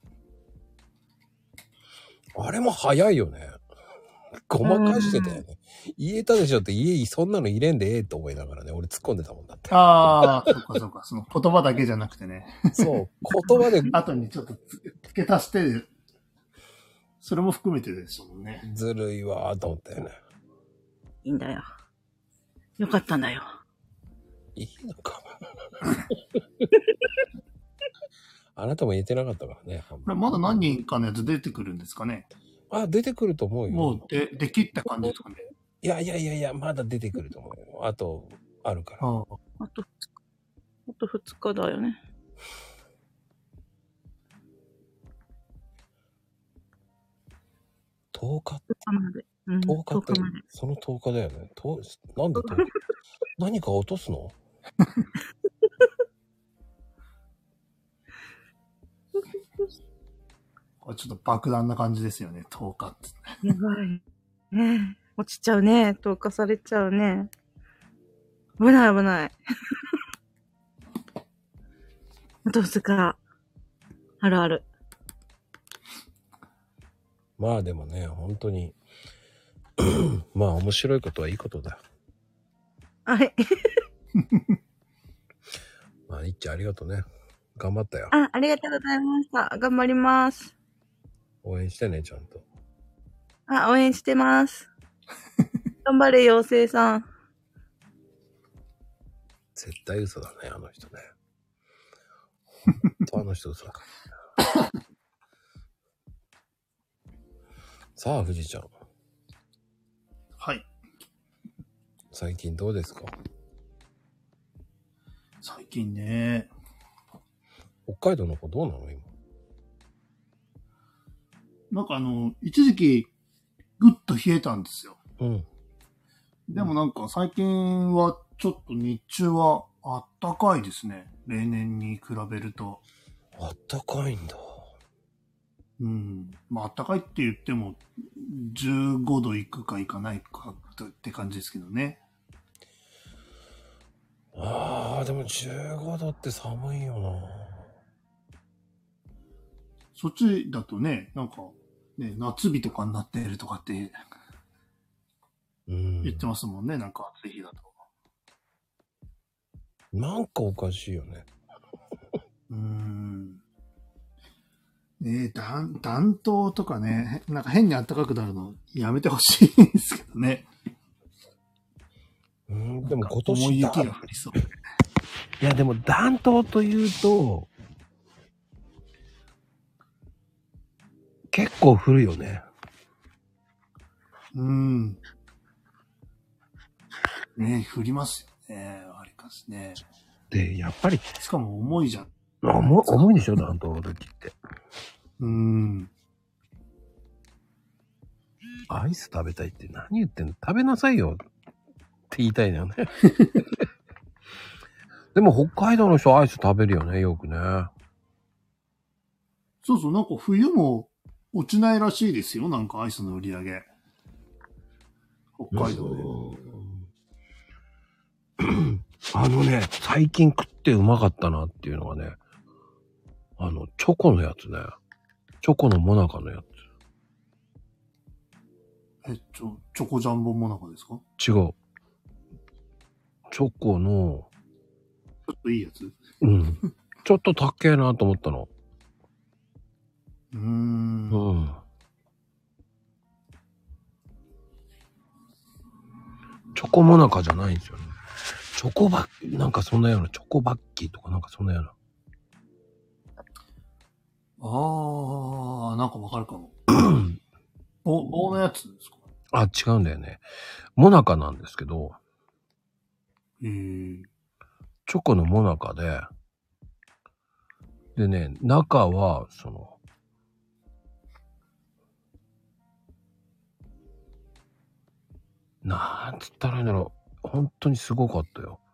あれも早いよね。ごまかしてたよね。言えたでしょって、家そんなの入れんでええと思いながらね、俺突っ込んでたもんだって。 ああ、そっかそっか。その言葉だけじゃなくてね。 そう、言葉で。 後にちょっと付け足して、それも含めてですもんね。 ずるいわーと思ったよね。 いいんだよ。よかったんだよ。 いいのか。あなたも言えてなかったからね。 これまだ何人かのやつ出てくるんですかね？ あ、出てくると思うよ。 もうで、できった感じですかね？ いやいやいやいや、まだ出てくると思うよ。あと、あるから。ああと、あとふつかだよね。 とおかって。 とおかまで。うん、 とおかって、 とおかまで。 そのとおかだよね。となんでとおか何か落とすの？ これちょっと爆弾な感じですよね、とおかって。 やばい。ねえ、落ちちゃうね。投下されちゃうね。危ない危ない。あとふつか。あるある。 まあでもね、本当に、まあ面白いことはいいことだ。 はい。 まあ、いっちゃんありがとうね。頑張ったよ。 あ、ありがとうございました。頑張ります。 応援してね、ちゃんと。 あ、応援してます。頑張れ、妖精さん。 絶対嘘だね、あの人ね。ほんとあの人嘘だから。さあ、藤ちゃん。 はい。 最近どうですか？ 最近ね。 北海道の子どうなの今？ なんかあの、一時期、ぐっと冷えたんですよ。 うん。 でもなんか最近はちょっと日中はあったかいですね。例年に比べると。 あったかいんだ。 うん。まああったかいって言っても、じゅうごどいくかいかないかって感じですけどね。 ああ、でもじゅうごどって寒いよな。 そっちだとね、なんか、ね、夏日とかになってるとかって言ってますもんね、うん、なんか暑い日だと。 なんかおかしいよね。 うーん。ねえ、暖、暖冬とかね、なんか変に暖かくなるのやめてほしいんですけどね。 うん、でも今年重い雪が降りそう。 いやでも暖冬というと結構降るよね。 うん。ねえ、降りますよね。ありかしね。 で、やっぱり。 しかも重いじゃん。 重、重いでしょ、暖冬の時って。 うん。 アイス食べたいって何言ってんの？食べなさいよって言いたいのよね。でも北海道の人アイス食べるよね、よくね。 そうそう、なんか冬も落ちないらしいですよ、なんかアイスの売り上げ。北海道で。 あのね、最近食ってうまかったなっていうのがね、あの、チョコのやつね。チョコのモナカのやつ。 え、ちょ、チョコジャンボモナカですか？ 違う。チョコの、 ちょっといいやつ？ うん。ちょっと高えなと思ったの。 うーん。 うん。チョコモナカじゃないんですよね。チョコバッ、なんかそんなような、チョコバッキーとかなんかそんなような。 ああ、なんかわかるかも。棒、棒のやつですか？ あ、違うんだよね。モナカなんですけど、 へえ。 チョコのモナカで、でね、中は、その、なんつったらいいんだろう。本当にすごかったよ。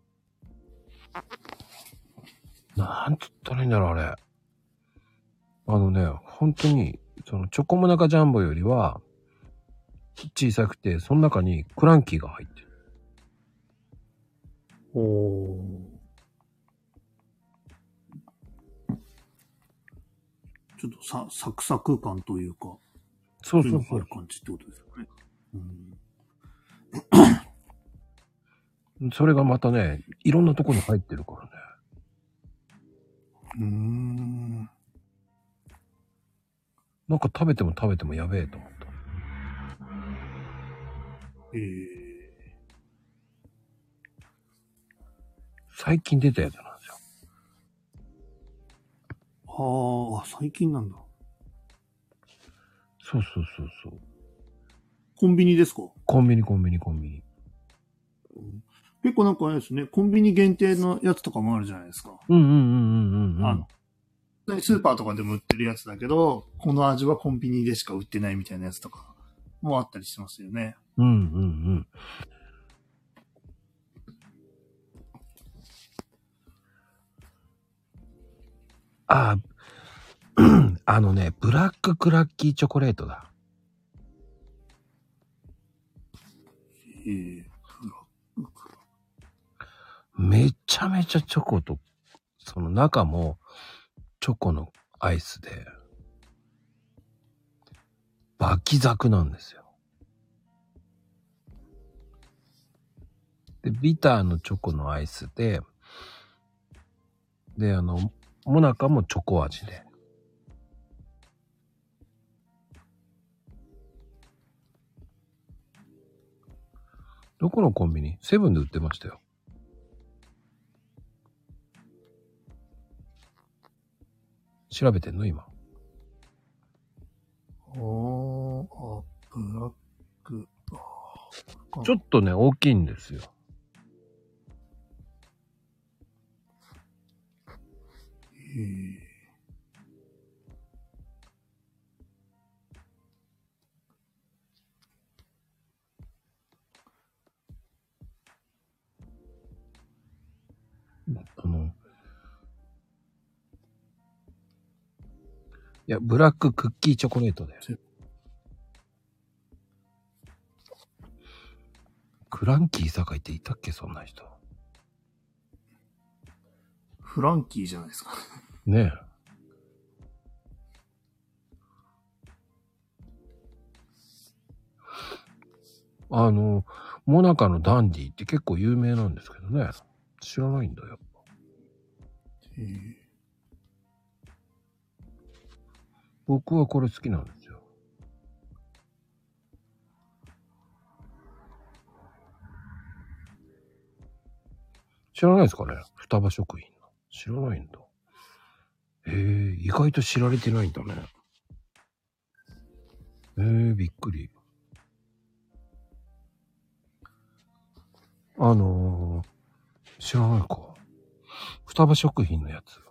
なんつったらいいんだろう、あれ。あのね、本当に、そのチョコモナカジャンボよりは、小さくて、その中にクランキーが入ってる。 おー。ちょっとさ、サクサク感というか、 そうそうそうある。感じってことですよね。 うん、それがまたね、いろんなとこに入ってるからね。 うーん。 なんか食べても食べてもやべえと思った。 ええ。 最近出たやつなんですよ。 はあ、最近なんだ。 そうそうそうそう。 コンビニですか？ コンビニコンビニコンビニ。 結構なんかあれですね、コンビニ限定のやつとかもあるじゃないですか。 うんうんうんうんうん。 あの、スーパーとかでも売ってるやつだけど、この味はコンビニでしか売ってないみたいなやつとかもあったりしてますよね。 うんうんうん。ああ、あのね、ブラッククラッキーチョコレートだ。 ええ。 めちゃめちゃチョコと、その中もチョコのアイスで、バキザクなんですよ。で、ビターのチョコのアイスで、で、あの、モナカもチョコ味で。どこのコンビニ？セブンで売ってましたよ。調べてんの今。 おー、あ、ブラック。 ちょっとね、大きいんですよ。 へえ。 あの、いや、ブラッククッキーチョコレートだよ。クランキー酒井っていたっけ、そんな人。 フランキーじゃないですか。 ねえ。あの、モナカのダンディって結構有名なんですけどね。知らないんだよ。 へえ。 僕はこれ好きなんですよ。知らないですかね、双葉食品の。知らないんだ。へえ、意外と知られてないんだね。えー、びっくり。あのー、知らないか。双葉食品のやつ。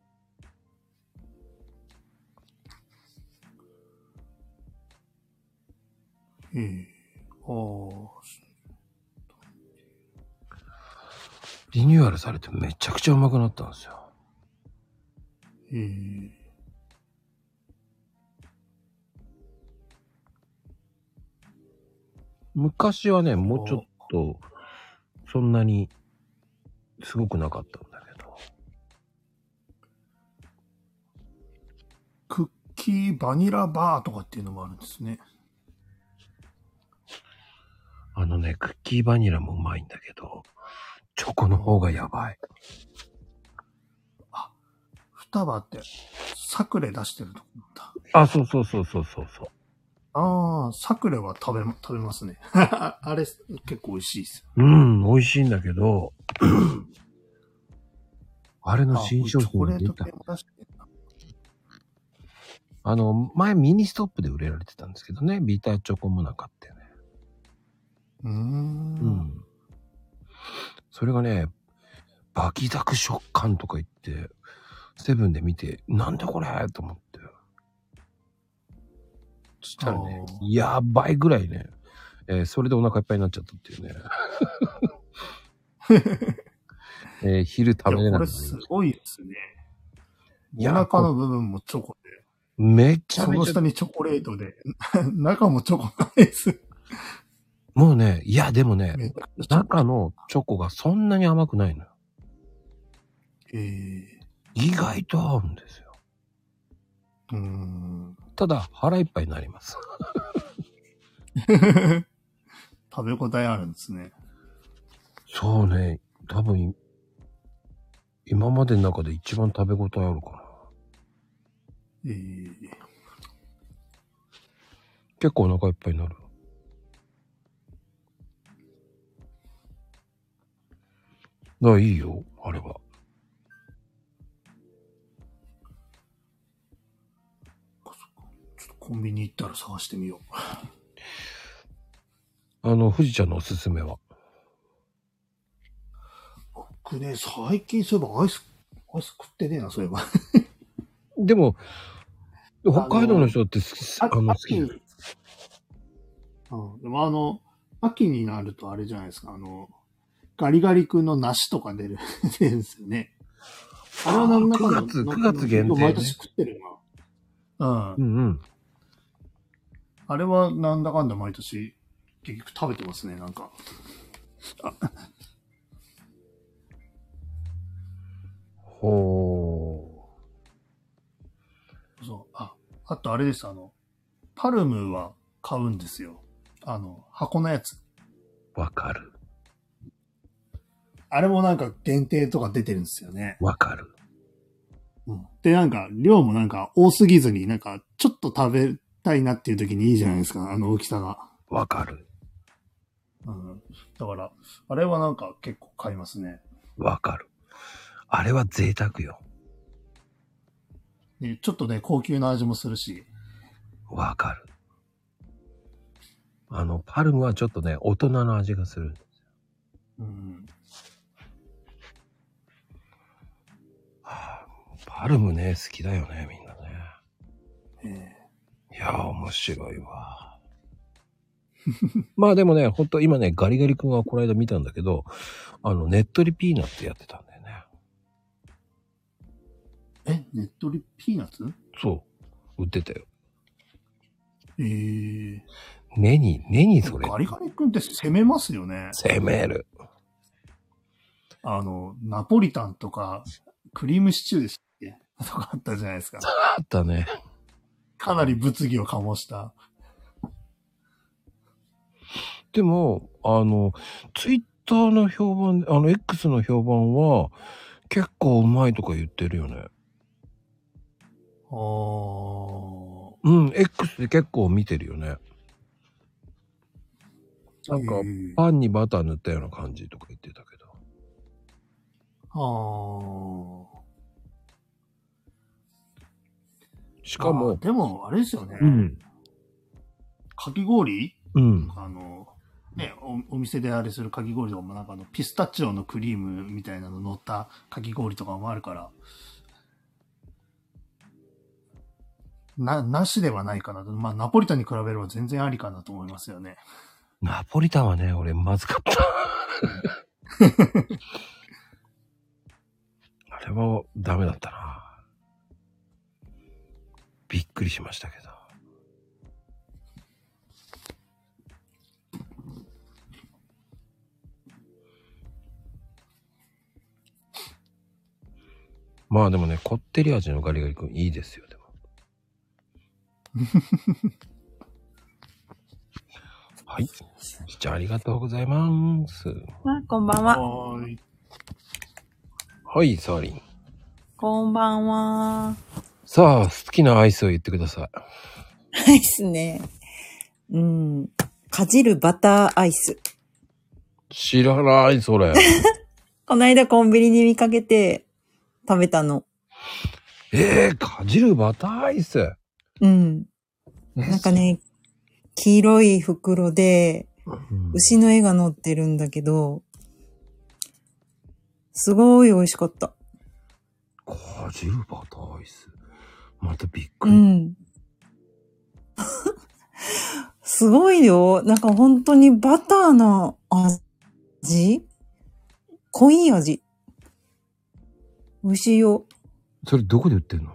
へえ。ああ。 リニューアルされてめちゃくちゃうまくなったんですよ。 へえ。 昔はね、もうちょっと、そんなに、すごくなかったんだけど。 クッキーバニラバーとかっていうのもあるんですね。 あのね、クッキーバニラもうまいんだけど、チョコの方がやばい。 あ、双葉って、サクレ出してるとこなんだ。 あ、そうそうそうそうそうそう。 ああ、サクレは食べ、食べますね。あれ、結構美味しいですよ。 うん、美味しいんだけど、あれの新商品が出た。 チョコレート系も出してるな。 あの、前ミニストップで売れられてたんですけどね、ビターチョコモナカってね。 うーん。 うん。それがね、バキザク食感とか言って、セブンで見て、なんでこれと思って。そしたらね、やばいぐらいね、えー、それでお腹いっぱいになっちゃったっていうね。えー、昼食べれない。 これすごいですね。お腹の部分もチョコで。 めちゃめちゃ。 その下にチョコレートで、中もチョコなんです。 もうね、いやでもね、中のチョコがそんなに甘くないのよ。 えー、 意外と合うんですよ。 うーん。 ただ腹いっぱいになります。 食べ応えあるんですね。 そうね、多分今までの中で一番食べ応えあるかな。 えー、 結構お腹いっぱいになる。だからいいよ、あれは。 コンビニ行ったら探してみよう。 あの、富士ちゃんのおすすめは？ 僕ね、最近そういえばアイス、アイス食ってねえな、そういえば。 でも、北海道の人ってあの、あの好き。うん。 でもあの、秋になるとあれじゃないですか、あの、ガリガリ君の梨とか出る、出るんですよね。あれはなんだかんだ。 くがつ、くがつ限定、ね。 毎年食ってるな。うん。うんうん。あれはなんだかんだ毎年結局食べてますね、なんか。あほう。そう。あ、あとあれです、あの、パルムは買うんですよ。あの、箱のやつ。 わかる。 あれもなんか限定とか出てるんですよね。 わかる。 うん。で、なんか、量もなんか多すぎずに、なんか、ちょっと食べたいなっていう時にいいじゃないですか、あの大きさが。 わかる。 うん。だから、あれはなんか結構買いますね。 わかる。あれは贅沢よ。 で、ちょっとね、高級な味もするし。 わかる。あの、パルムはちょっとね、大人の味がするんですよ。うん。はあ、パルムね、好きだよね、みんなね。えー、いやー、面白いわ。まあでもね、ほんと今ね、ガリガリ君はこの間見たんだけど、あの、ねっとりピーナッツやってたんだよね。 え、ねっとりピーナッツ？ そう。売ってたよ。 えー。 ねに、ねにそれ。 ガリガリ君って攻めますよね。 攻める。 あの、ナポリタンとか、クリームシチューでしたっけとかあったじゃないですか。 あったね。 かなり物議を醸した。 でも、あの、ツイッターの評判、あの、X の評判は、結構うまいとか言ってるよね。 あー。 うん、X で結構見てるよね。なんか、パンにバター塗ったような感じとか言ってたけど。 あー。 しかも。 でも、あれですよね。 うん。 かき氷？ うん。 あの、ね、お、お店であれするかき氷とかもなんかあの、ピスタチオのクリームみたいなの乗ったかき氷とかもあるから、な、なしではないかなと。まあ、ナポリタンに比べれば全然ありかなと思いますよね。 ナポリタンはね、俺まずかった。あれはダメだったな。びっくりしましたけど。まあでもね、こってり味のガリガリ君いいですよ、でも。はい。じゃあありがとうございます。 あ、こんばんは。 はーい。 はい、サーリン。 こんばんは。 さあ、好きなアイスを言ってください。 アイスね。うん。かじるバターアイス。 知らない、それ。 この間コンビニに見かけて食べたの。 えー、かじるバターアイス。 うん。なんかね、黄色い袋で、牛の絵が載ってるんだけど、すごい美味しかった。 かじるバターアイス。またびっくり。 うん。すごいよ。なんか本当にバターの味？濃い味。美味しいよ。 それどこで売ってんの？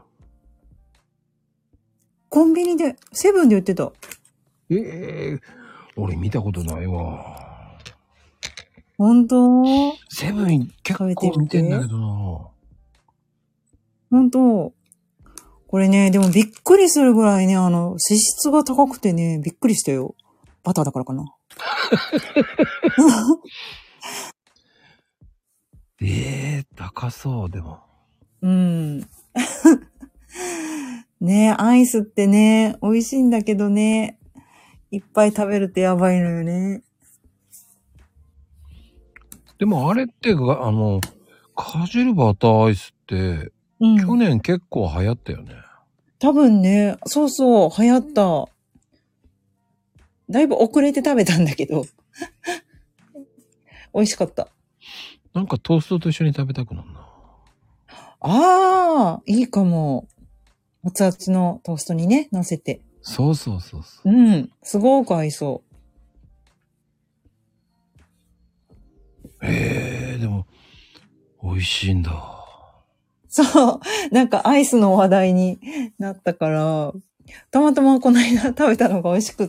コンビニで、セブンで売ってた。 ええー、俺見たことないわ。 本当？ セブン結構見てんだけどな。 本当。これね、でもびっくりするぐらいね、あの、脂質が高くてね、びっくりしたよ。バターだからかな。 ええー、高そう、でも。 うん。ね、アイスってね、美味しいんだけどね、いっぱい食べるとやばいのよね。 でもあれってが、あの、かじるバターアイスって、うん、去年結構流行ったよね。 多分ね、そうそう、流行った。だいぶ遅れて食べたんだけど。美味しかった。 なんかトーストと一緒に食べたくなるな。 ああ、いいかも。熱々のトーストにね、乗せて。 そうそうそうそう。 うん、すごく合いそう。 へえ、でも、美味しいんだ。 そう。なんかアイスの話題になったから、たまたまこの間食べたのが美味しくって、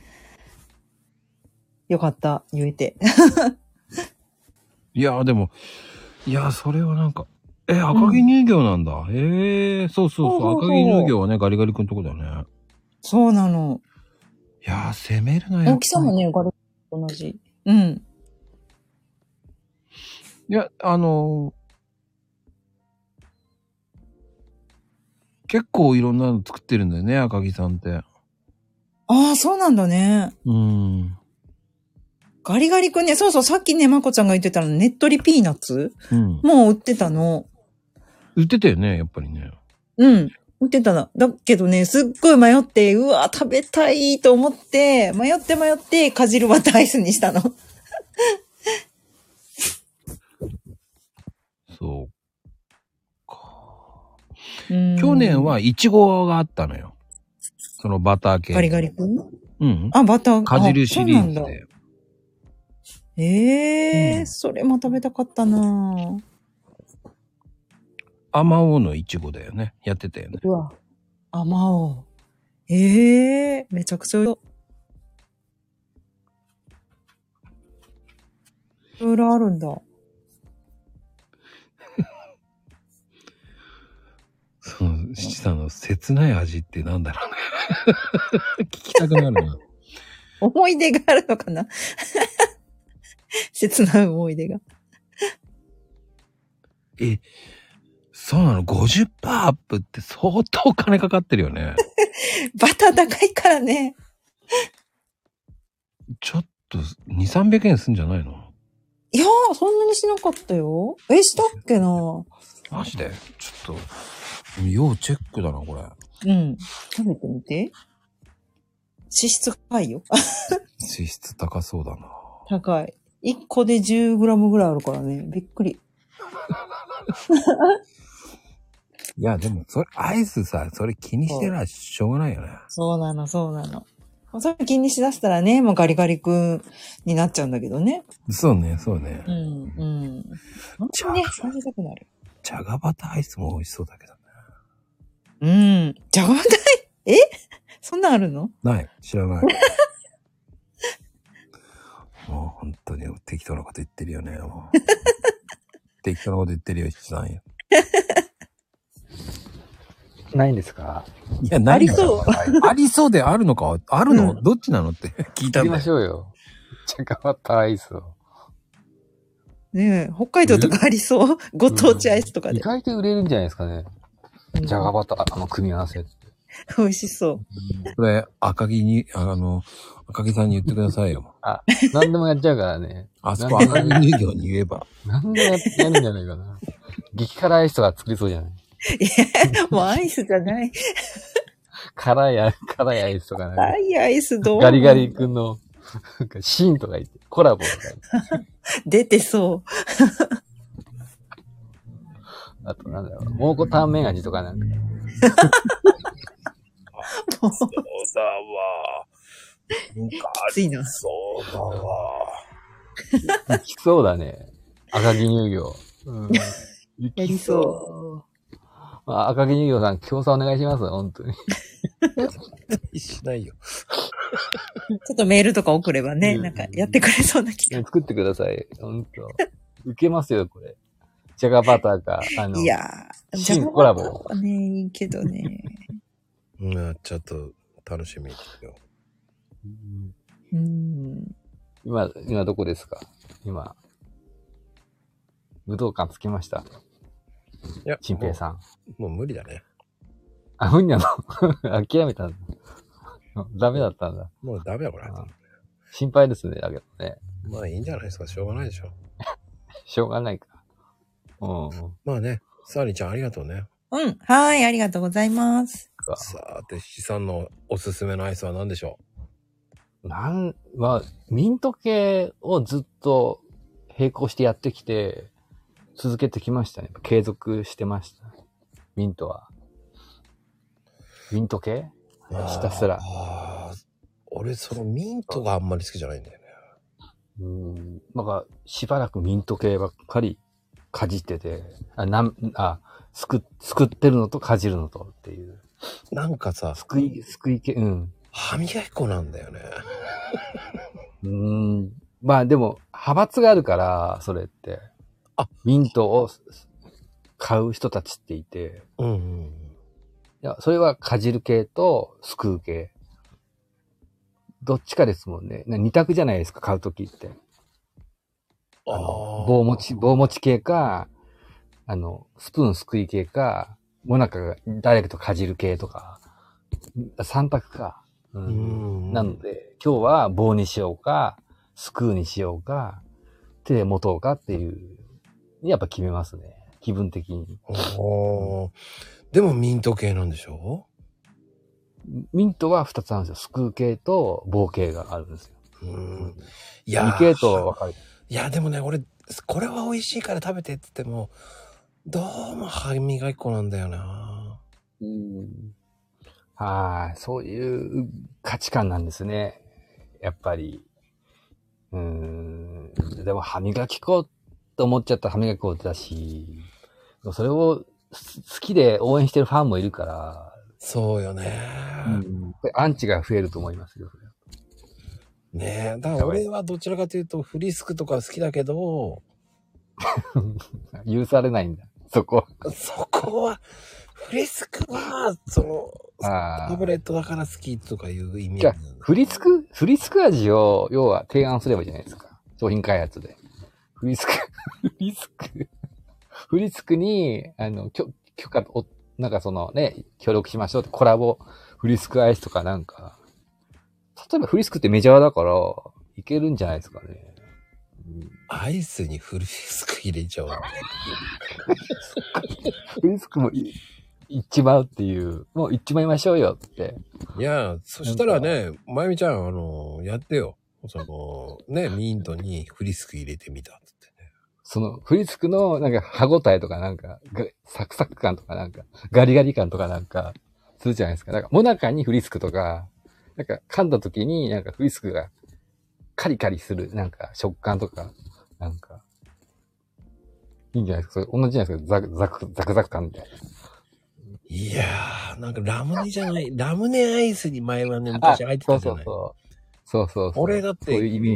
よかった、言えて。 いや、でも、いや、それはなんか、え、赤城乳業なんだ。うん、へえ、そうそうそう、そうそうそう、赤城乳業はね、ガリガリ君とこだよね。 そうなの。 いやー、攻めるなよ。 大きさもね、ガリガリと同じ。うん。 いや、あのー、結構いろんなの作ってるんだよね、赤城さんって。ああ、そうなんだね。 うん。 ガリガリ君ね、そうそう、さっきね、まこちゃんが言ってたの、ねっとりピーナッツ、うん、もう売ってたの。 売ってたよね、やっぱりね。 うん。売ってたの。だけどね、すっごい迷って、うわ、食べたいと思って、迷って迷って、かじるバターアイスにしたの。 そうか。去年はイチゴがあったのよ。そのバター系。 ガリガリ君？ うん。 あ、バター。 かじるシリーズで。 ええーうん、それも食べたかったなぁ。 アマオのイチゴだよね。やってたよね。 うわ。アマオ。ええー、めちゃくちゃ。いろいろあるんだ。 その、七さんの切ない味ってなんだろうね。聞きたくなるな。 思い出があるのかな切ない思い出が。 え、そうなの ?ごじゅっパーセント アップって相当金かかってるよね。 バター高いからね。 ちょっと、に、さんびゃくえんすんじゃないの？ いやー、そんなにしなかったよ。え、したっけな？ マジでちょっと、要チェックだな、これ。 うん。食べてみて。脂質高いよ。 脂質高そうだな。 高い。いっこで じゅうグラム ぐらいあるからね。びっくり。 いや、でも、それ、アイスさ、それ気にしてらしょうがないよね。 そうなの、そうなの。それ気にしだしたらね、もうガリガリ君になっちゃうんだけどね。 そうね、そうね。 うん、うん。本当にね、食べたくなる。 じゃがバターアイスも美味しそうだけどね。 うん。じゃがバターえそんなんあるの？ ない。知らない。もう本当に適当なこと言ってるよね。もう適当なこと言ってるよ、七さんよ。 ないんですか？ いや、ないのか。ありそう。ありそうであるのか。あるの、うん、どっちなのって聞いたんだよ。 行きましょうよ。じゃがバターアイスを。 ねえ、北海道とかありそう。ご当地アイスとかで、うん。 意外と売れるんじゃないですかね。じゃがバター、あの組み合わせって。 美味しそう。 これ、赤木に、あの、赤木さんに言ってくださいよ。 あ、何でもやっちゃうからね。 あそこ赤木乳業に言えば。 何でもやってやるんじゃないかな。激辛アイスとか作りそうじゃない？ いや、もうアイスじゃない。 辛いアイス、辛いアイスとかなんか。 辛いアイスどうガリガリ君の、なんかシーンとか言って、コラボとか言って。 出てそう。 あとなんだろう、蒙古タンメン味とかなんか。 そうだわ。なんかきついな。 そうだわ。 きそうだね。赤木乳業。うん。 やりそう。 あ赤木乳業さん、協賛お願いします。本当に。 しないよ。 ちょっとメールとか送ればね、 うんなんかやってくれそうな気が。 作ってください。本当。受けますよ、これ。ジャガバターか、あの、 いやー、ジャガ新コラボバターはね、いいけどね。 うん、ちょっと楽しみですよ。 うん。 今、今どこですか？今。武道館着きました。 いや、 陳平さん。 もう。もう無理だね。 あ、無理なの諦めたんだ。ダメだったんだ。 もうダメだこれ。 心配ですね、だけどね。 まあいいんじゃないですか。しょうがないでしょ。 しょうがないか。うん。 まあね、サーリーちゃんありがとうね。 うん。はい、ありがとうございます。 さて、七さんのおすすめのアイスは何でしょなん、まあ、ミント系をずっと並行してやってきて、続けてきましたね。継続してました。ミントは。ミント系う？ ひたすら。 ああ、俺そのミントがあんまり好きじゃないんだよね。 うん。なんか、しばらくミント系ばっかりかじってて、あ、なん、あ、すく、すくってるのとかじるのとっていう。 なんかさ、 すくい、すくい系、うん。 歯磨き粉なんだよね。 うーん。まあでも、派閥があるから、それって。 あ、 ミントを買う人たちっていて。 うんうん。 いや、それはかじる系とすくう系。どっちかですもんね。二択じゃないですか、買うときって。あの棒持ち、棒持ち系か、あの、スプーンすくい系か、もなかがダイレクトかじる系とか。三択か。うん。 うんなので、今日は棒にしようか、スクーにしようか、手で持とうかっていう、やっぱ決めますね。気分的に。 おー。でもミント系なんでしょ？ ミントは二つあるんですよ。スクー系と棒系があるんですよ。 うん。いや二系と分かれて。 いや、でもね、俺、これは美味しいから食べてって言っても、どうも歯磨き粉なんだよな。 うん。はい。そういう価値観なんですね。やっぱり。うーん。でも歯磨き粉と思っちゃったら歯磨き粉だし、それを好きで応援してるファンもいるから。 そうよね。 うん。アンチが増えると思いますよ。 ねえ。だから俺はどちらかというとフリスクとか好きだけど、 許されないんだ。そこ。 そこは、フリスクは、その、タブレットだから好きとかいう意味じゃあ、フリスク、フリスク味を、要は提案すればいいじゃないですか。商品開発で。フリスク、フリスク、フリスクに、あの、許許可を、なんかそのね、協力しましょうってコラボ、フリスクアイスとかなんか、例えばフリスクってメジャーだから、いけるんじゃないですかね。 アイスにフリスク入れちゃう。 フリスクもい、いっちまうっていう、もういっちまいましょうよって。 いや、そしたらね、まゆみちゃん、あの、やってよ。その、ね、ミントにフリスク入れてみたっつってね。 その、フリスクの、なんか、歯応えとかなんか、サクサク感とかなんか、ガリガリ感とかなんか、するじゃないですか。なんか、もなかにフリスクとか、なんか、噛んだ時になんかフリスクが、カリカリする、なんか、食感とか、なんか、いいんじゃないですか。それ同じじゃないですか。ザクザク、ザクザク感みたいな。 いやー、なんかラムネじゃない、ラムネアイスに前はね、昔入ってたじゃない。 そうそうそう。そうそうそう。 俺だって、 そういうイメージ